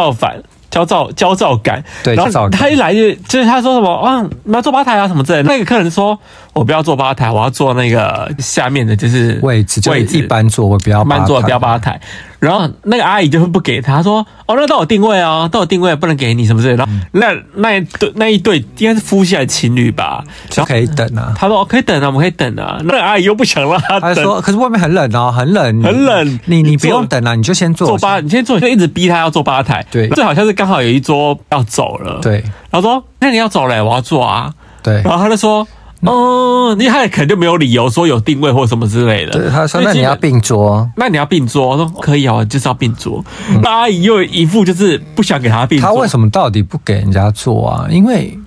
Speaker 3: 感，对，
Speaker 1: 然后他一来就是他说什么你要坐吧台啊什么之类的。那个客人说我不要坐吧台，我要坐那个下面的就是
Speaker 3: 位置，就一般坐，我不要
Speaker 1: 慢坐，不要吧台。然后那个阿姨就会不给他说那都有定位哦，都有定位不能给你什么之类的。然后那一对应该是夫妻还是情侣吧，
Speaker 3: 就可以等啊。
Speaker 1: 他说可以等啊，我们可以等啊。那个阿姨又不想让他等，
Speaker 3: 他说可是外面很冷哦，很冷，你不用等啊，你就先坐吧，
Speaker 1: 你先坐，就一直逼他要坐吧台。
Speaker 3: 对，
Speaker 1: 最好像是刚好有一桌要走了，
Speaker 3: 对，
Speaker 1: 然后说那你要走了，我要坐啊。
Speaker 3: 对，
Speaker 1: 然后他就说因为他可能就没有理由说有定位或什么之类的。
Speaker 3: 对，他说那你要并桌，
Speaker 1: 我说可以啊，我就是要并桌。阿姨又一副就是不想给他并桌。
Speaker 3: 他为什么到底不给人家坐啊？因为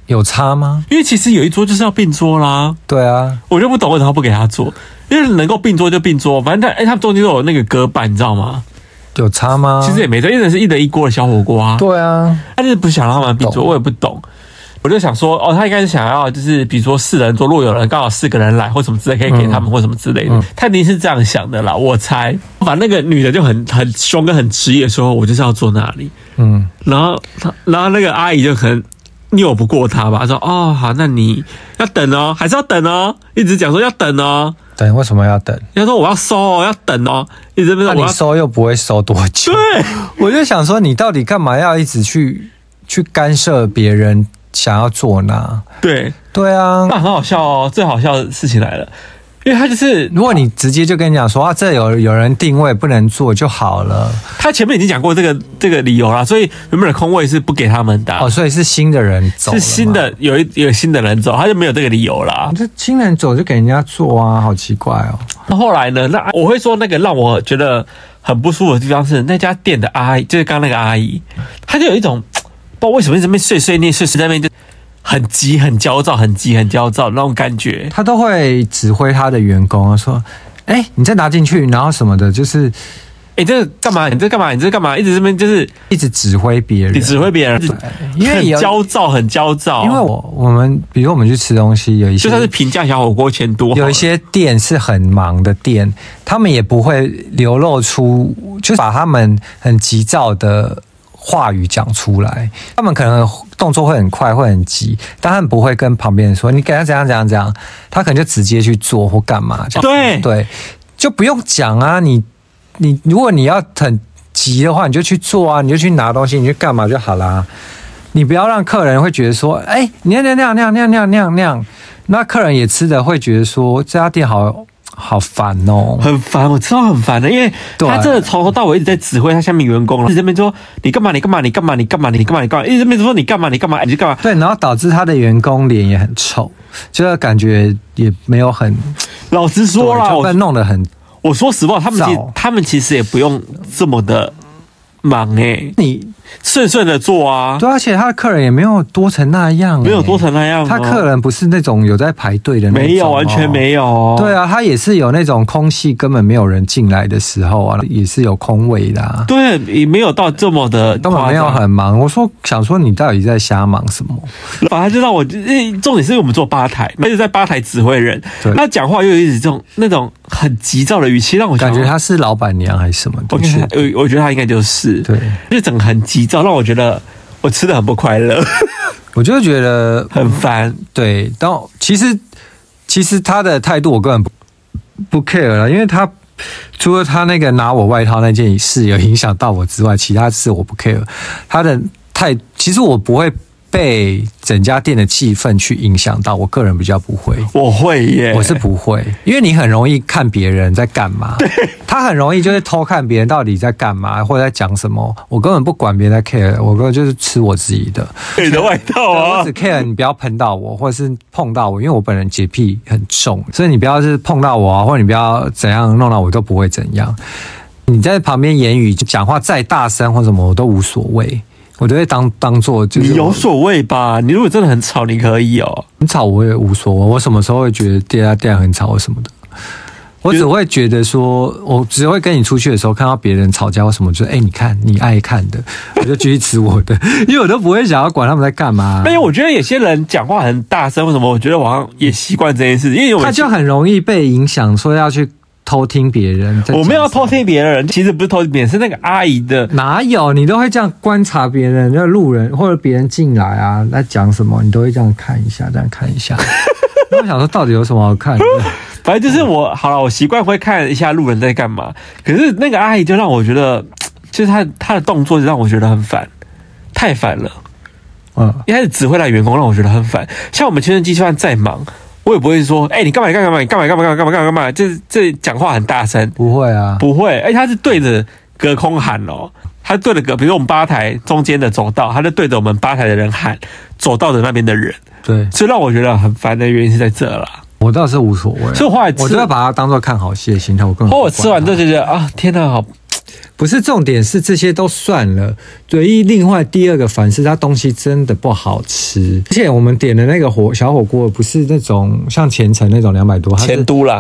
Speaker 3: 有差吗？
Speaker 1: 因为其实有一桌就是要并桌啦。
Speaker 3: 对啊，
Speaker 1: 我就不懂为什么不给他坐，因为能够并桌就并桌，反正他们中间都有那个隔板，你知道吗？
Speaker 3: 有差吗？
Speaker 1: 其实也没差，因为是一人一锅的小火锅啊。
Speaker 3: 对啊，
Speaker 1: 他就是不想让他们并桌，我也不懂。我就想说，他应该是想要，就是比如说4人桌，如果有人刚好4个人来或什么之类，可以给他们或什么之类的。他一定是这样想的啦，我猜。反正那个女的就很凶跟很执意的说，我就是要坐那里。然后那个阿姨就很拗不过他吧，说好，那你要等哦，还是要等哦，一直讲说要等哦。
Speaker 3: 等为什么要等？
Speaker 1: 他说我要收哦，要等哦，一直
Speaker 3: 那你收又不会收多久。
Speaker 1: 对，
Speaker 3: 我就想说，你到底干嘛要一直去干涉别人想要做哪？
Speaker 1: 对
Speaker 3: 啊，
Speaker 1: 那很好笑哦。最好笑的事情来了，因为他就是
Speaker 3: 如果你直接就跟你讲说这有人定位不能做就好了。
Speaker 1: 他前面已经讲过这个理由啦，所以原本的空位是不给他们的。
Speaker 3: 所以是新的人走了，是
Speaker 1: 新的有新的人走，他就没有这个理由啦。
Speaker 3: 这新人走就给人家做啊，好奇怪哦。
Speaker 1: 那后来呢？那我会说那个让我觉得很不舒服的地方是那家店的阿姨，就是刚刚那个阿姨，她就有一种不知道为什么这边碎碎念在那边就很急很焦躁，很急很焦躁那种感觉。
Speaker 3: 她都会指挥她的员工说：“你再拿进去，然后什么的，就是。”
Speaker 1: 这个干嘛？你这干嘛？你这干嘛？一直这边就是
Speaker 3: 一直指挥别人，
Speaker 1: 你指挥别人，因为很焦躁。因为
Speaker 3: 我们比如我们去吃东西，有一些
Speaker 1: 就算是平价小火锅钱多，
Speaker 3: 有一些店是很忙的店，他们也不会流露出，就是把他们很急躁的话语讲出来。他们可能动作会很快，会很急，但他们不会跟旁边人说你给他怎样怎样怎样，他可能就直接去做或干嘛。对，就不用讲啊，你如果你要很急的话，你就去做啊，你就去拿东西，你去干嘛就好啦。你不要让客人会觉得说，你要那样，那客人也吃的会觉得说这家店好烦哦，
Speaker 1: 很烦，我知道很烦的，因为他真的从头到尾一直在指挥他下面员工了，一直在那边说你干嘛，一直在那边说你干嘛，你就干嘛。
Speaker 3: 对，然后导致他的员工脸也很臭，就是感觉也没有很，
Speaker 1: 老实说啦，
Speaker 3: 就被弄得很。
Speaker 1: 我说实话，他们其实也不用这么的忙你顺的做啊。
Speaker 3: 对，而且他的客人也没有多成那样，
Speaker 1: 没有多成那样。
Speaker 3: 他客人不是那种有在排队的那种，
Speaker 1: 没有，完全没有。
Speaker 3: 对啊，他也是有那种空隙根本没有人进来的时候啊，也是有空位的啊。
Speaker 1: 对，也没有到这么的，
Speaker 3: 根本没有很忙。我想说你到底在瞎忙什么？
Speaker 1: 反正就让我，重点是因为我们做吧台，一直在吧台指挥人，他讲话又一直那种很急躁的语气，让我
Speaker 3: 感觉他是老板娘还是什么？
Speaker 1: 我觉得他应该就是
Speaker 3: 对，
Speaker 1: 就整个很急躁，让我觉得我吃的很不快乐，
Speaker 3: 我就觉得
Speaker 1: 很烦。
Speaker 3: 对，但其实他的态度我根本不 care 了，因为他除了他那个拿我外套那件事有影响到我之外，其他事我不 care。他的其实我不会被整家店的气氛去影响到，我个人比较不会。
Speaker 1: 我会耶，
Speaker 3: 我是不会，因为你很容易看别人在干嘛。对，他很容易就是偷看别人到底在干嘛或者在讲什么，我根本不管别人在 care， 我根本就是吃我自己的。
Speaker 1: 你的外套啊，
Speaker 3: 我只 care 你不要喷到我，或者是碰到我，因为我本人洁癖很重，所以你不要是碰到我啊，或者你不要怎样弄到我都不会怎样。你在旁边言语讲话再大声或什么我都无所谓。我都会当做就是
Speaker 1: 你有所谓吧？你如果真的很吵，你可以哦。
Speaker 3: 很吵我也无所谓，我什么时候会觉得店很吵什么的？我只会觉得说，我只会跟你出去的时候看到别人吵架或什么，就你看你爱看的，我就继续吃我的，因为我都不会想要管他们在干嘛。
Speaker 1: 因为我觉得有些人讲话很大声，为什么？我觉得我好像也习惯这件事，因为
Speaker 3: 他就很容易被影响，说要去偷听别人。
Speaker 1: 我没有要偷听别人，其实不是偷听别人，是那个阿姨的。
Speaker 3: 哪有？你都会这样观察别人，就路人或者别人进来啊，在讲什么，你都会这样看一下，这样看一下。我想说，到底有什么好看的？
Speaker 1: 反正就是好了，我习惯会看一下路人在干嘛。可是那个阿姨就让我觉得，就是她的动作就让我觉得很烦，太烦了。一开始指挥来员工让我觉得很烦。像我们签证机算再忙。我也不会说，你干嘛？这讲话很大声，
Speaker 3: 不会啊，
Speaker 1: 不会。他是对着隔空喊哦，他对着比如说我们吧台中间的走道，他就对着我们吧台的人喊走道的那边的人。对，所以让我觉得很烦的原因是在这啦。
Speaker 3: 我倒是无所谓，
Speaker 1: 所以后来
Speaker 3: 我就要把它当做看好戏的心态。我吃完
Speaker 1: 就觉得啊，天哪，好
Speaker 3: 不是重点是这些都算了，另外第二个烦是它东西真的不好吃，而且我们点的那个小火锅不是那种像前程那种200多，
Speaker 1: 前都啦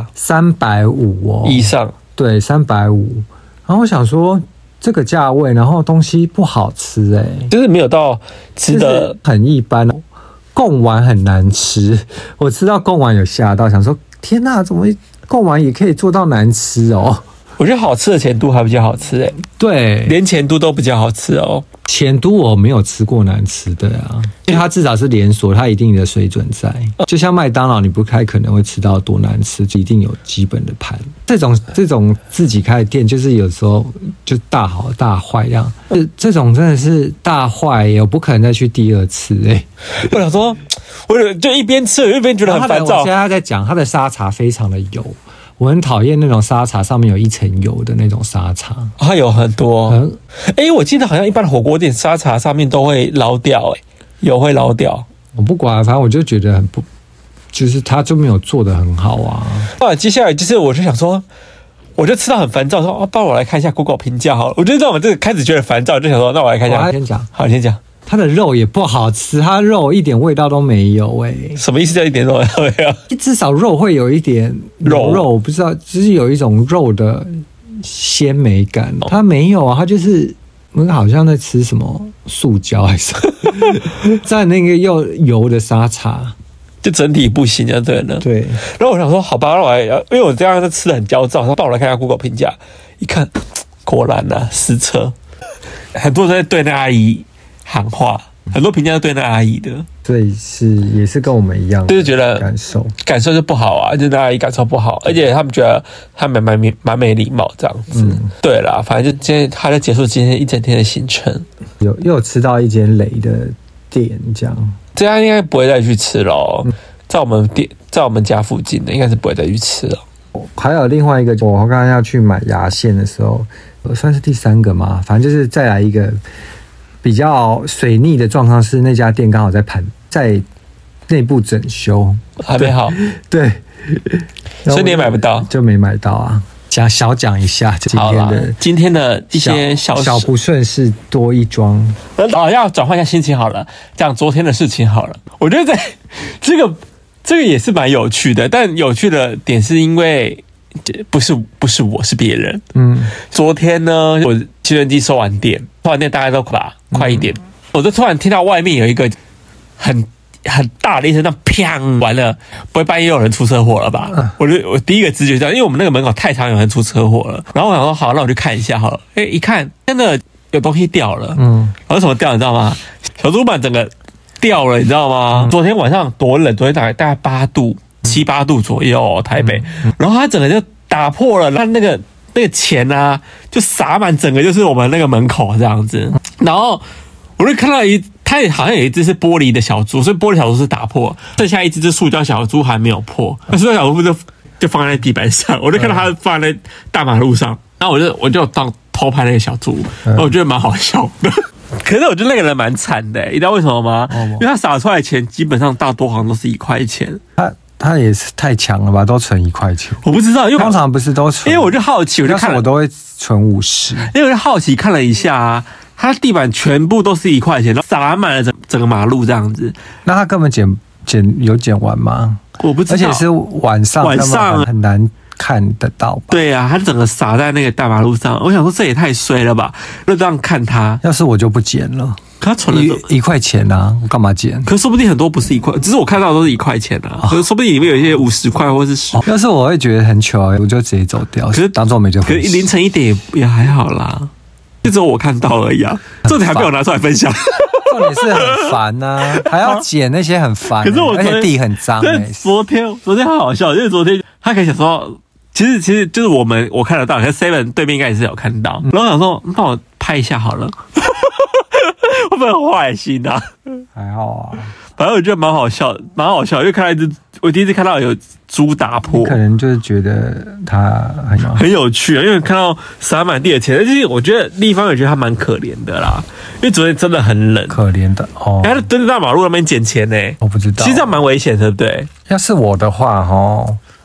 Speaker 3: 350哦
Speaker 1: 以上，
Speaker 3: 对350，然后我想说这个价位，然后东西不好吃
Speaker 1: 就是没有到吃的
Speaker 3: 很一般，贡丸很难吃，我吃到贡丸有吓到，想说天哪，怎么贡丸也可以做到难吃哦？
Speaker 1: 我觉得好吃的前都还比较好吃
Speaker 3: 对，
Speaker 1: 连前都比较好吃哦。
Speaker 3: 前都我没有吃过难吃的啊，因为它至少是连锁，它一定的水准在。就像麦当劳，你不太可能会吃到多难吃，就一定有基本的盘。这种自己开的店，就是有时候就大好大坏这样。这种真的是大坏，我不可能再去第二次
Speaker 1: 我想说，我就一边吃一边觉得很烦躁。
Speaker 3: 我现在在讲它的沙茶非常的油。我很讨厌那种沙茶上面有一层油的那种沙茶，
Speaker 1: 它有很多。我记得好像一般的火锅店沙茶上面都会捞掉，油会捞掉。
Speaker 3: 我不管，反正我就觉得很不，就是它就没有做得很好啊。
Speaker 1: 接下来就是我就想说，我就吃到很烦躁，说帮我来看一下 Google 评价好了。我就让我这个开始觉得烦躁，就想说那我来看一下。
Speaker 3: 先讲，
Speaker 1: 好，你先讲。
Speaker 3: 它的肉也不好吃，它肉一点味道都没有
Speaker 1: 什么意思叫一点味道没有？
Speaker 3: 至少肉会有一点肉，我不知道，就是有一种肉的鲜美感。它没有啊，它就是好像在吃什么塑胶还是在那个又油的沙茶，
Speaker 1: 就整体不行就对了。
Speaker 3: 对，
Speaker 1: 然后我想说，好吧，那我来，因为我这样吃的很焦躁，他帮我来看一下 Google 评价，一看，果然啊，失策，很多人在对那阿姨喊话，很多评价都对那阿姨的，
Speaker 3: 所以也是跟我们一样，
Speaker 1: 就是觉得感受就不好啊，就那阿姨感受不好，而且他们觉得他们蛮没礼貌这样子。对啦，反正就今天他就结束今天一整天的行程，
Speaker 3: 又有吃到一间雷的店，
Speaker 1: 这样应该不会再去吃咯。在我们家附近的应该是不会再去吃了。
Speaker 3: 还有另外一个，我刚刚要去买牙线的时候，算是第3个嘛，反正就是再来一个。比较水逆的状况是那家店刚好在内部整修，
Speaker 1: 还没好。
Speaker 3: 对，
Speaker 1: 所以你也买不到，
Speaker 3: 就没买到啊。小讲一下
Speaker 1: 今天的一些
Speaker 3: 小不顺事多一桩。
Speaker 1: 要转换一下心情好了，讲昨天的事情好了。我觉得在这个也是蛮有趣的，但有趣的点是因为不是我是别人。昨天呢，我计算机收完电大概都快一点，我就突然听到外面有一个很大的一声，那砰，完了，不会半夜有人出车祸了吧？我第一个直觉这样，因为我们那个门口太常有人出车祸了。然后我想说，好，那我去看一下好了。一看真的有东西掉了。然后什么掉你知道吗？小主板整个掉了，你知道吗？昨天晚上多冷，昨天大概8度、7、8度左右，台北。然后它整个就打破了，它那个钱啊，就洒满整个就是我们那个门口这样子。然后我就看到它也好像有一只是玻璃的小猪，所以玻璃小猪是打破，剩下一只塑胶小猪还没有破。那塑胶小猪就放在地板上，我就看到它放在大马路上，然后我就当偷拍那个小猪，然后我觉得蛮好笑的。可是我觉得那个人蛮惨的，你知道为什么吗？因为他撒出来的钱基本上大多好像都是1块钱。
Speaker 3: 他也是太强了吧，都存1块钱。
Speaker 1: 我不知道，因为
Speaker 3: 通常不是都存，
Speaker 1: 因为我就好奇，我就看了，
Speaker 3: 我都会存50。
Speaker 1: 因为我就好奇看了一下啊，他地板全部都是1块钱，然后洒满了整个马路这样子。
Speaker 3: 那他根本有剪完吗？
Speaker 1: 我不知道，
Speaker 3: 而且是晚上很难看得到吧？
Speaker 1: 对啊，他整个洒在那个大马路上，我想说这也太衰了吧！就这样看他，
Speaker 3: 要是我就不剪了。
Speaker 1: 他存了
Speaker 3: 1块钱啊，我干嘛剪？
Speaker 1: 可是说不定很多不是1块，只是我看到的都是1块钱啊。可是说不定里面有一些50块或是10。
Speaker 3: 要是我会觉得很糗，我就直接走掉。可是当做没这回事。
Speaker 1: 可是凌晨1点也还好啦，就只有我看到而已啊。重点还被我拿出来分享。
Speaker 3: 重点是很烦啊，还要剪那些很烦。
Speaker 1: 可是而
Speaker 3: 且地很脏。
Speaker 1: 昨天好好笑，因为昨天他可以想说。其实就是我看得到，可是 Seven 对面应该也是有看到。然后想说，帮我拍一下好了，会不会很坏心啊？
Speaker 3: 还好啊，
Speaker 1: 反正我觉得蛮好笑，因为看到我第一次看到有猪打破，
Speaker 3: 可能就是觉得它
Speaker 1: 很有趣啊，因为看到洒满地的钱，而且我觉得立方也觉得他蛮可怜的啦，因为昨天真的很冷，
Speaker 3: 可怜的哦，
Speaker 1: 他蹲在大马路那边捡钱呢，
Speaker 3: 我不知道，
Speaker 1: 其实这样蛮危险，对不对？
Speaker 3: 要是我的话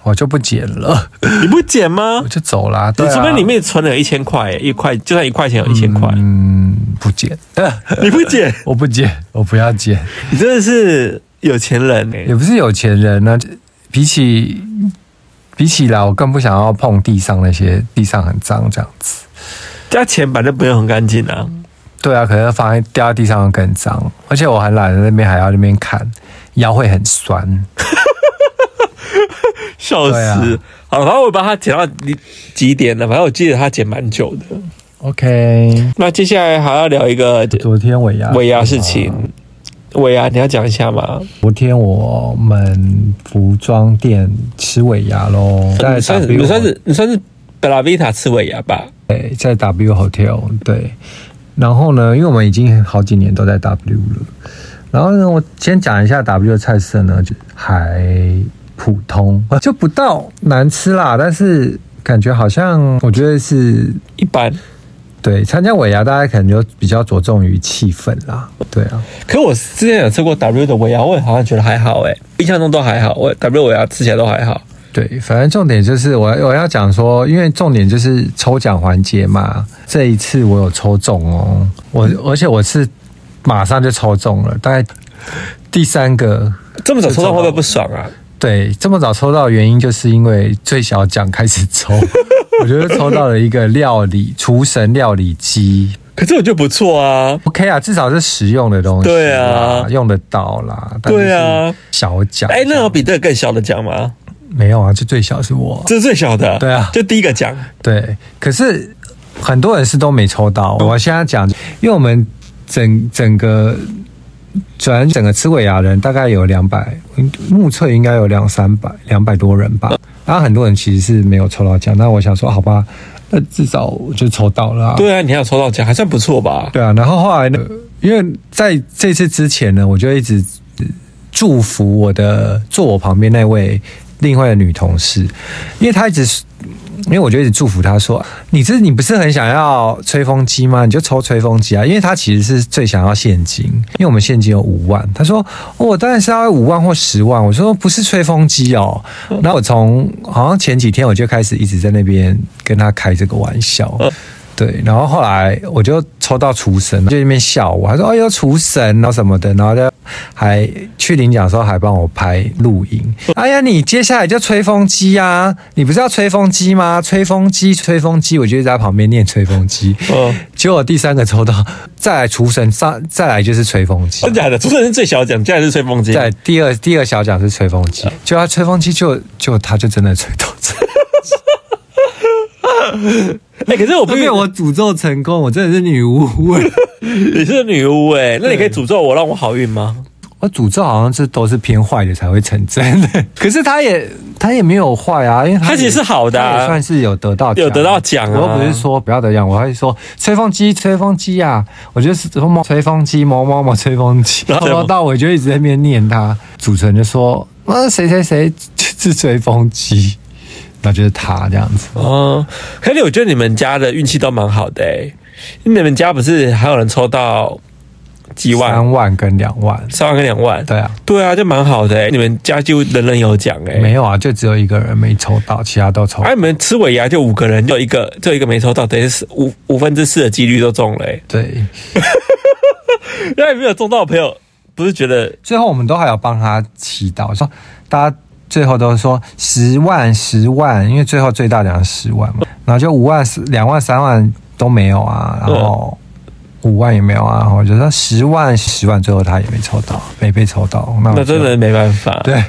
Speaker 3: 我就不捡了。
Speaker 1: 你不捡吗？
Speaker 3: 我就走啦。
Speaker 1: 你除非里面存了1000块，1块就算1块钱有1000块，
Speaker 3: 不捡。
Speaker 1: 你不捡？
Speaker 3: 我不捡，我不要捡。
Speaker 1: 你真的是有钱人
Speaker 3: 也不是有钱人呢、比起来，我更不想要碰地上那些地上很脏这样子。
Speaker 1: 加钱本来就不用很干净啊。
Speaker 3: 对啊，可能放在掉在地上更脏，而且我很懒得那边还要那边看，腰会很酸。
Speaker 1: 笑死！
Speaker 3: 啊、
Speaker 1: 好，反正我把它剪到几点了？反正我记得它剪蛮久的。
Speaker 3: OK，
Speaker 1: 那接下来还要聊一个
Speaker 3: 昨天尾牙
Speaker 1: 事情。尾牙你要讲一下吗？
Speaker 3: 昨天我们服装店吃尾牙咯，在
Speaker 1: 你算是贝拉维塔吃尾牙吧？
Speaker 3: 对，在 W Hotel 对。然后呢，因为我们已经好几年都在 W 了，然后呢，我先讲一下 W 的菜色呢，就还普通，就不到难吃啦，但是感觉好像我觉得是
Speaker 1: 一般。
Speaker 3: 对，参加尾牙大家可能就比较着重于气氛啦，对啊。
Speaker 1: 可我之前有吃过 W 的尾牙，我也好像觉得还好印象中都还好，W 尾牙吃起来都还好。
Speaker 3: 对，反正重点就是我要讲说，因为重点就是抽奖环节嘛。这一次我有抽中哦，而且我是马上就抽中了，大概第3个。
Speaker 1: 这么早抽到会不会不爽啊？
Speaker 3: 对，这么早抽到的原因就是因为最小奖开始抽，我觉得抽到了一个厨神料理机。
Speaker 1: 可是我觉得不错啊
Speaker 3: ，OK 啊，至少是实用的东西，
Speaker 1: 对啊，
Speaker 3: 用得到啦。
Speaker 1: 对啊，
Speaker 3: 小奖，
Speaker 1: 那有比这个更小的奖吗？
Speaker 3: 没有啊，就最小是我，
Speaker 1: 这是最小的，
Speaker 3: 对啊，
Speaker 1: 就第一个奖。
Speaker 3: 对，可是很多人是都没抽到。我现在讲，因为我们整个吃尾牙的人大概有200，目测应该有200多人吧。然后很多人其实是没有抽到奖，那我想说，好吧，那至少我就抽到了啊。
Speaker 1: 对啊，你还有抽到奖，还算不错吧？
Speaker 3: 对啊，然后后来呢，因为在这次之前呢，我就一直祝福坐我旁边那位另外的女同事，因为她因为我就一直祝福她说，你不是很想要吹风机吗？你就抽吹风机啊！因为她其实是最想要现金，因为我们现金有5万。她说，我当然是要5万或10万。我说不是吹风机哦。然后我从好像前几天我就开始一直在那边跟她开这个玩笑。对，然后后来我就抽到厨神，就在那边笑我，还说：“哎呦，厨神，然后什么的。”然后就还去领奖的时候还帮我拍录影。哎呀，你接下来就吹风机啊！你不是要吹风机吗？吹风机，吹风机！我就在旁边念吹风机。结果第3个抽到，再来厨神，再来就是吹风机。
Speaker 1: 真假的？厨神是最小奖，接下来是吹风机。
Speaker 3: 对，第二小奖是吹风机。就他吹风机他就真的吹到这。
Speaker 1: 可是我不
Speaker 3: 被我诅咒成功，我真的是女巫
Speaker 1: 你是女巫那你可以诅咒我，让我好运吗？
Speaker 3: 我诅咒好像都是偏坏的才会成真的，可是他也没有坏啊，因为他
Speaker 1: 其实是好的
Speaker 3: 他也算是有得到
Speaker 1: 奖啊。
Speaker 3: 我又不是说不要得奖，我还说吹风机啊，我就是吹风机某吹风机，从头到尾就一直在那边念他。主持人就说谁是吹风机。那就是他这样子
Speaker 1: 可是我觉得你们家的运气都蛮好的因为你们家不是还有人抽到几万
Speaker 3: ？3万跟2万
Speaker 1: ，3万跟2万，
Speaker 3: 对啊，
Speaker 1: 就蛮好的你们家几乎人人有奖
Speaker 3: 没有啊，就只有1个人没抽到，其他都抽到。
Speaker 1: 你们吃尾牙就5个人，就一个没抽到，等于是4/5的几率都中了
Speaker 3: 对，
Speaker 1: 那没有中到的朋友，不是觉得
Speaker 3: 最后我们都还有帮他祈祷，说大家。最后都说10万，因为最后最大奖是10万嘛，然后就5万、2万、3万都没有啊，然后5万也没有啊，我就说10万，最后他也没被抽到，
Speaker 1: 那真的没办法。
Speaker 3: 对，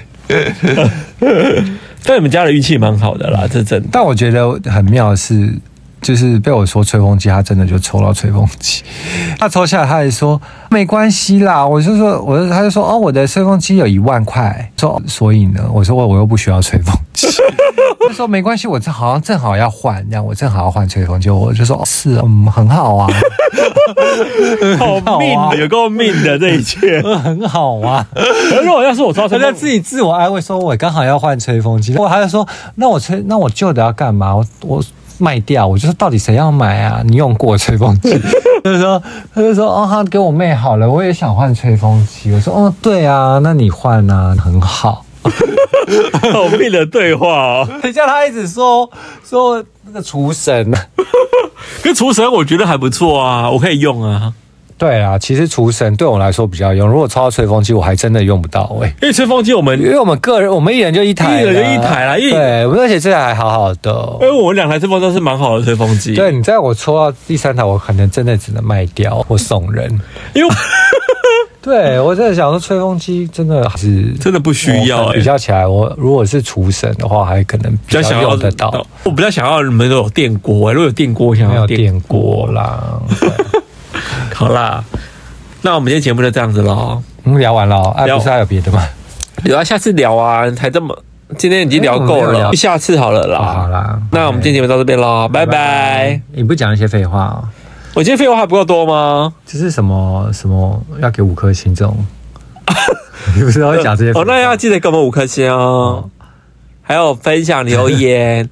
Speaker 1: 但你们家的运气蛮好的啦，这真的。
Speaker 3: 但我觉得很妙的是。就是被我说吹风机，他真的就抽到吹风机。他抽下来，他还说没关系啦。他就说我的吹风机有1万块。说所以呢，我说我又不需要吹风机。他说没关系，我正好要换，这样我正好要换吹风机。我就说是，很好啊，
Speaker 1: 好命的，有够命的这一切，
Speaker 3: 很好啊。
Speaker 1: 如果要是我抽到吹风机，
Speaker 3: 他就自己自我安慰说，我刚好要换吹风机。他就说那我旧的要干嘛？我卖掉，我就说到底谁要买啊？你用过吹风机？他就说他给我妹好了，我也想换吹风机。我说对啊，那你换啊，很好。
Speaker 1: 好命的对话哦。
Speaker 3: 等一下他一直说那个厨神，
Speaker 1: 跟厨神我觉得还不错啊，我可以用啊。
Speaker 3: 对啦，其实厨神对我来说比较用，如果抽到吹风机，我还真的用不到
Speaker 1: 因为吹风机因为
Speaker 3: 我们个人，我们一人就一台啦，对，而且这台还好好的，
Speaker 1: 因为我们2台吹风都是蛮好的吹风机。
Speaker 3: 对，你在我抽到第3台，我可能真的只能卖掉或送人，
Speaker 1: 因为
Speaker 3: 对我真的想说吹风机真的还是
Speaker 1: 真的不需要
Speaker 3: 比较起来，我如果是厨神的话，还可能比较用得到。
Speaker 1: 我比较想要你们都有电锅，如果有电锅，我想要
Speaker 3: 电锅啦。
Speaker 1: 好啦，那我们今天节目就这样子咯。
Speaker 3: 聊完了，不是还有别的吗？
Speaker 1: 留到下次聊啊，才这么，今天已经聊够了，下次好了啦。
Speaker 3: 好啦，
Speaker 1: 那我们今天节目到这边咯，拜拜。
Speaker 3: 你不讲一些废话哦？
Speaker 1: 我今天废话还不够多吗？
Speaker 3: 就是什么要给5颗星这种，你不知道会讲这些
Speaker 1: 哦，那要记得给我们5颗星哦。还有分享留言，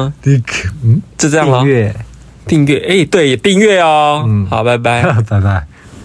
Speaker 1: 就这样咯。订阅，对，订阅哦。好，拜拜，
Speaker 3: 拜拜。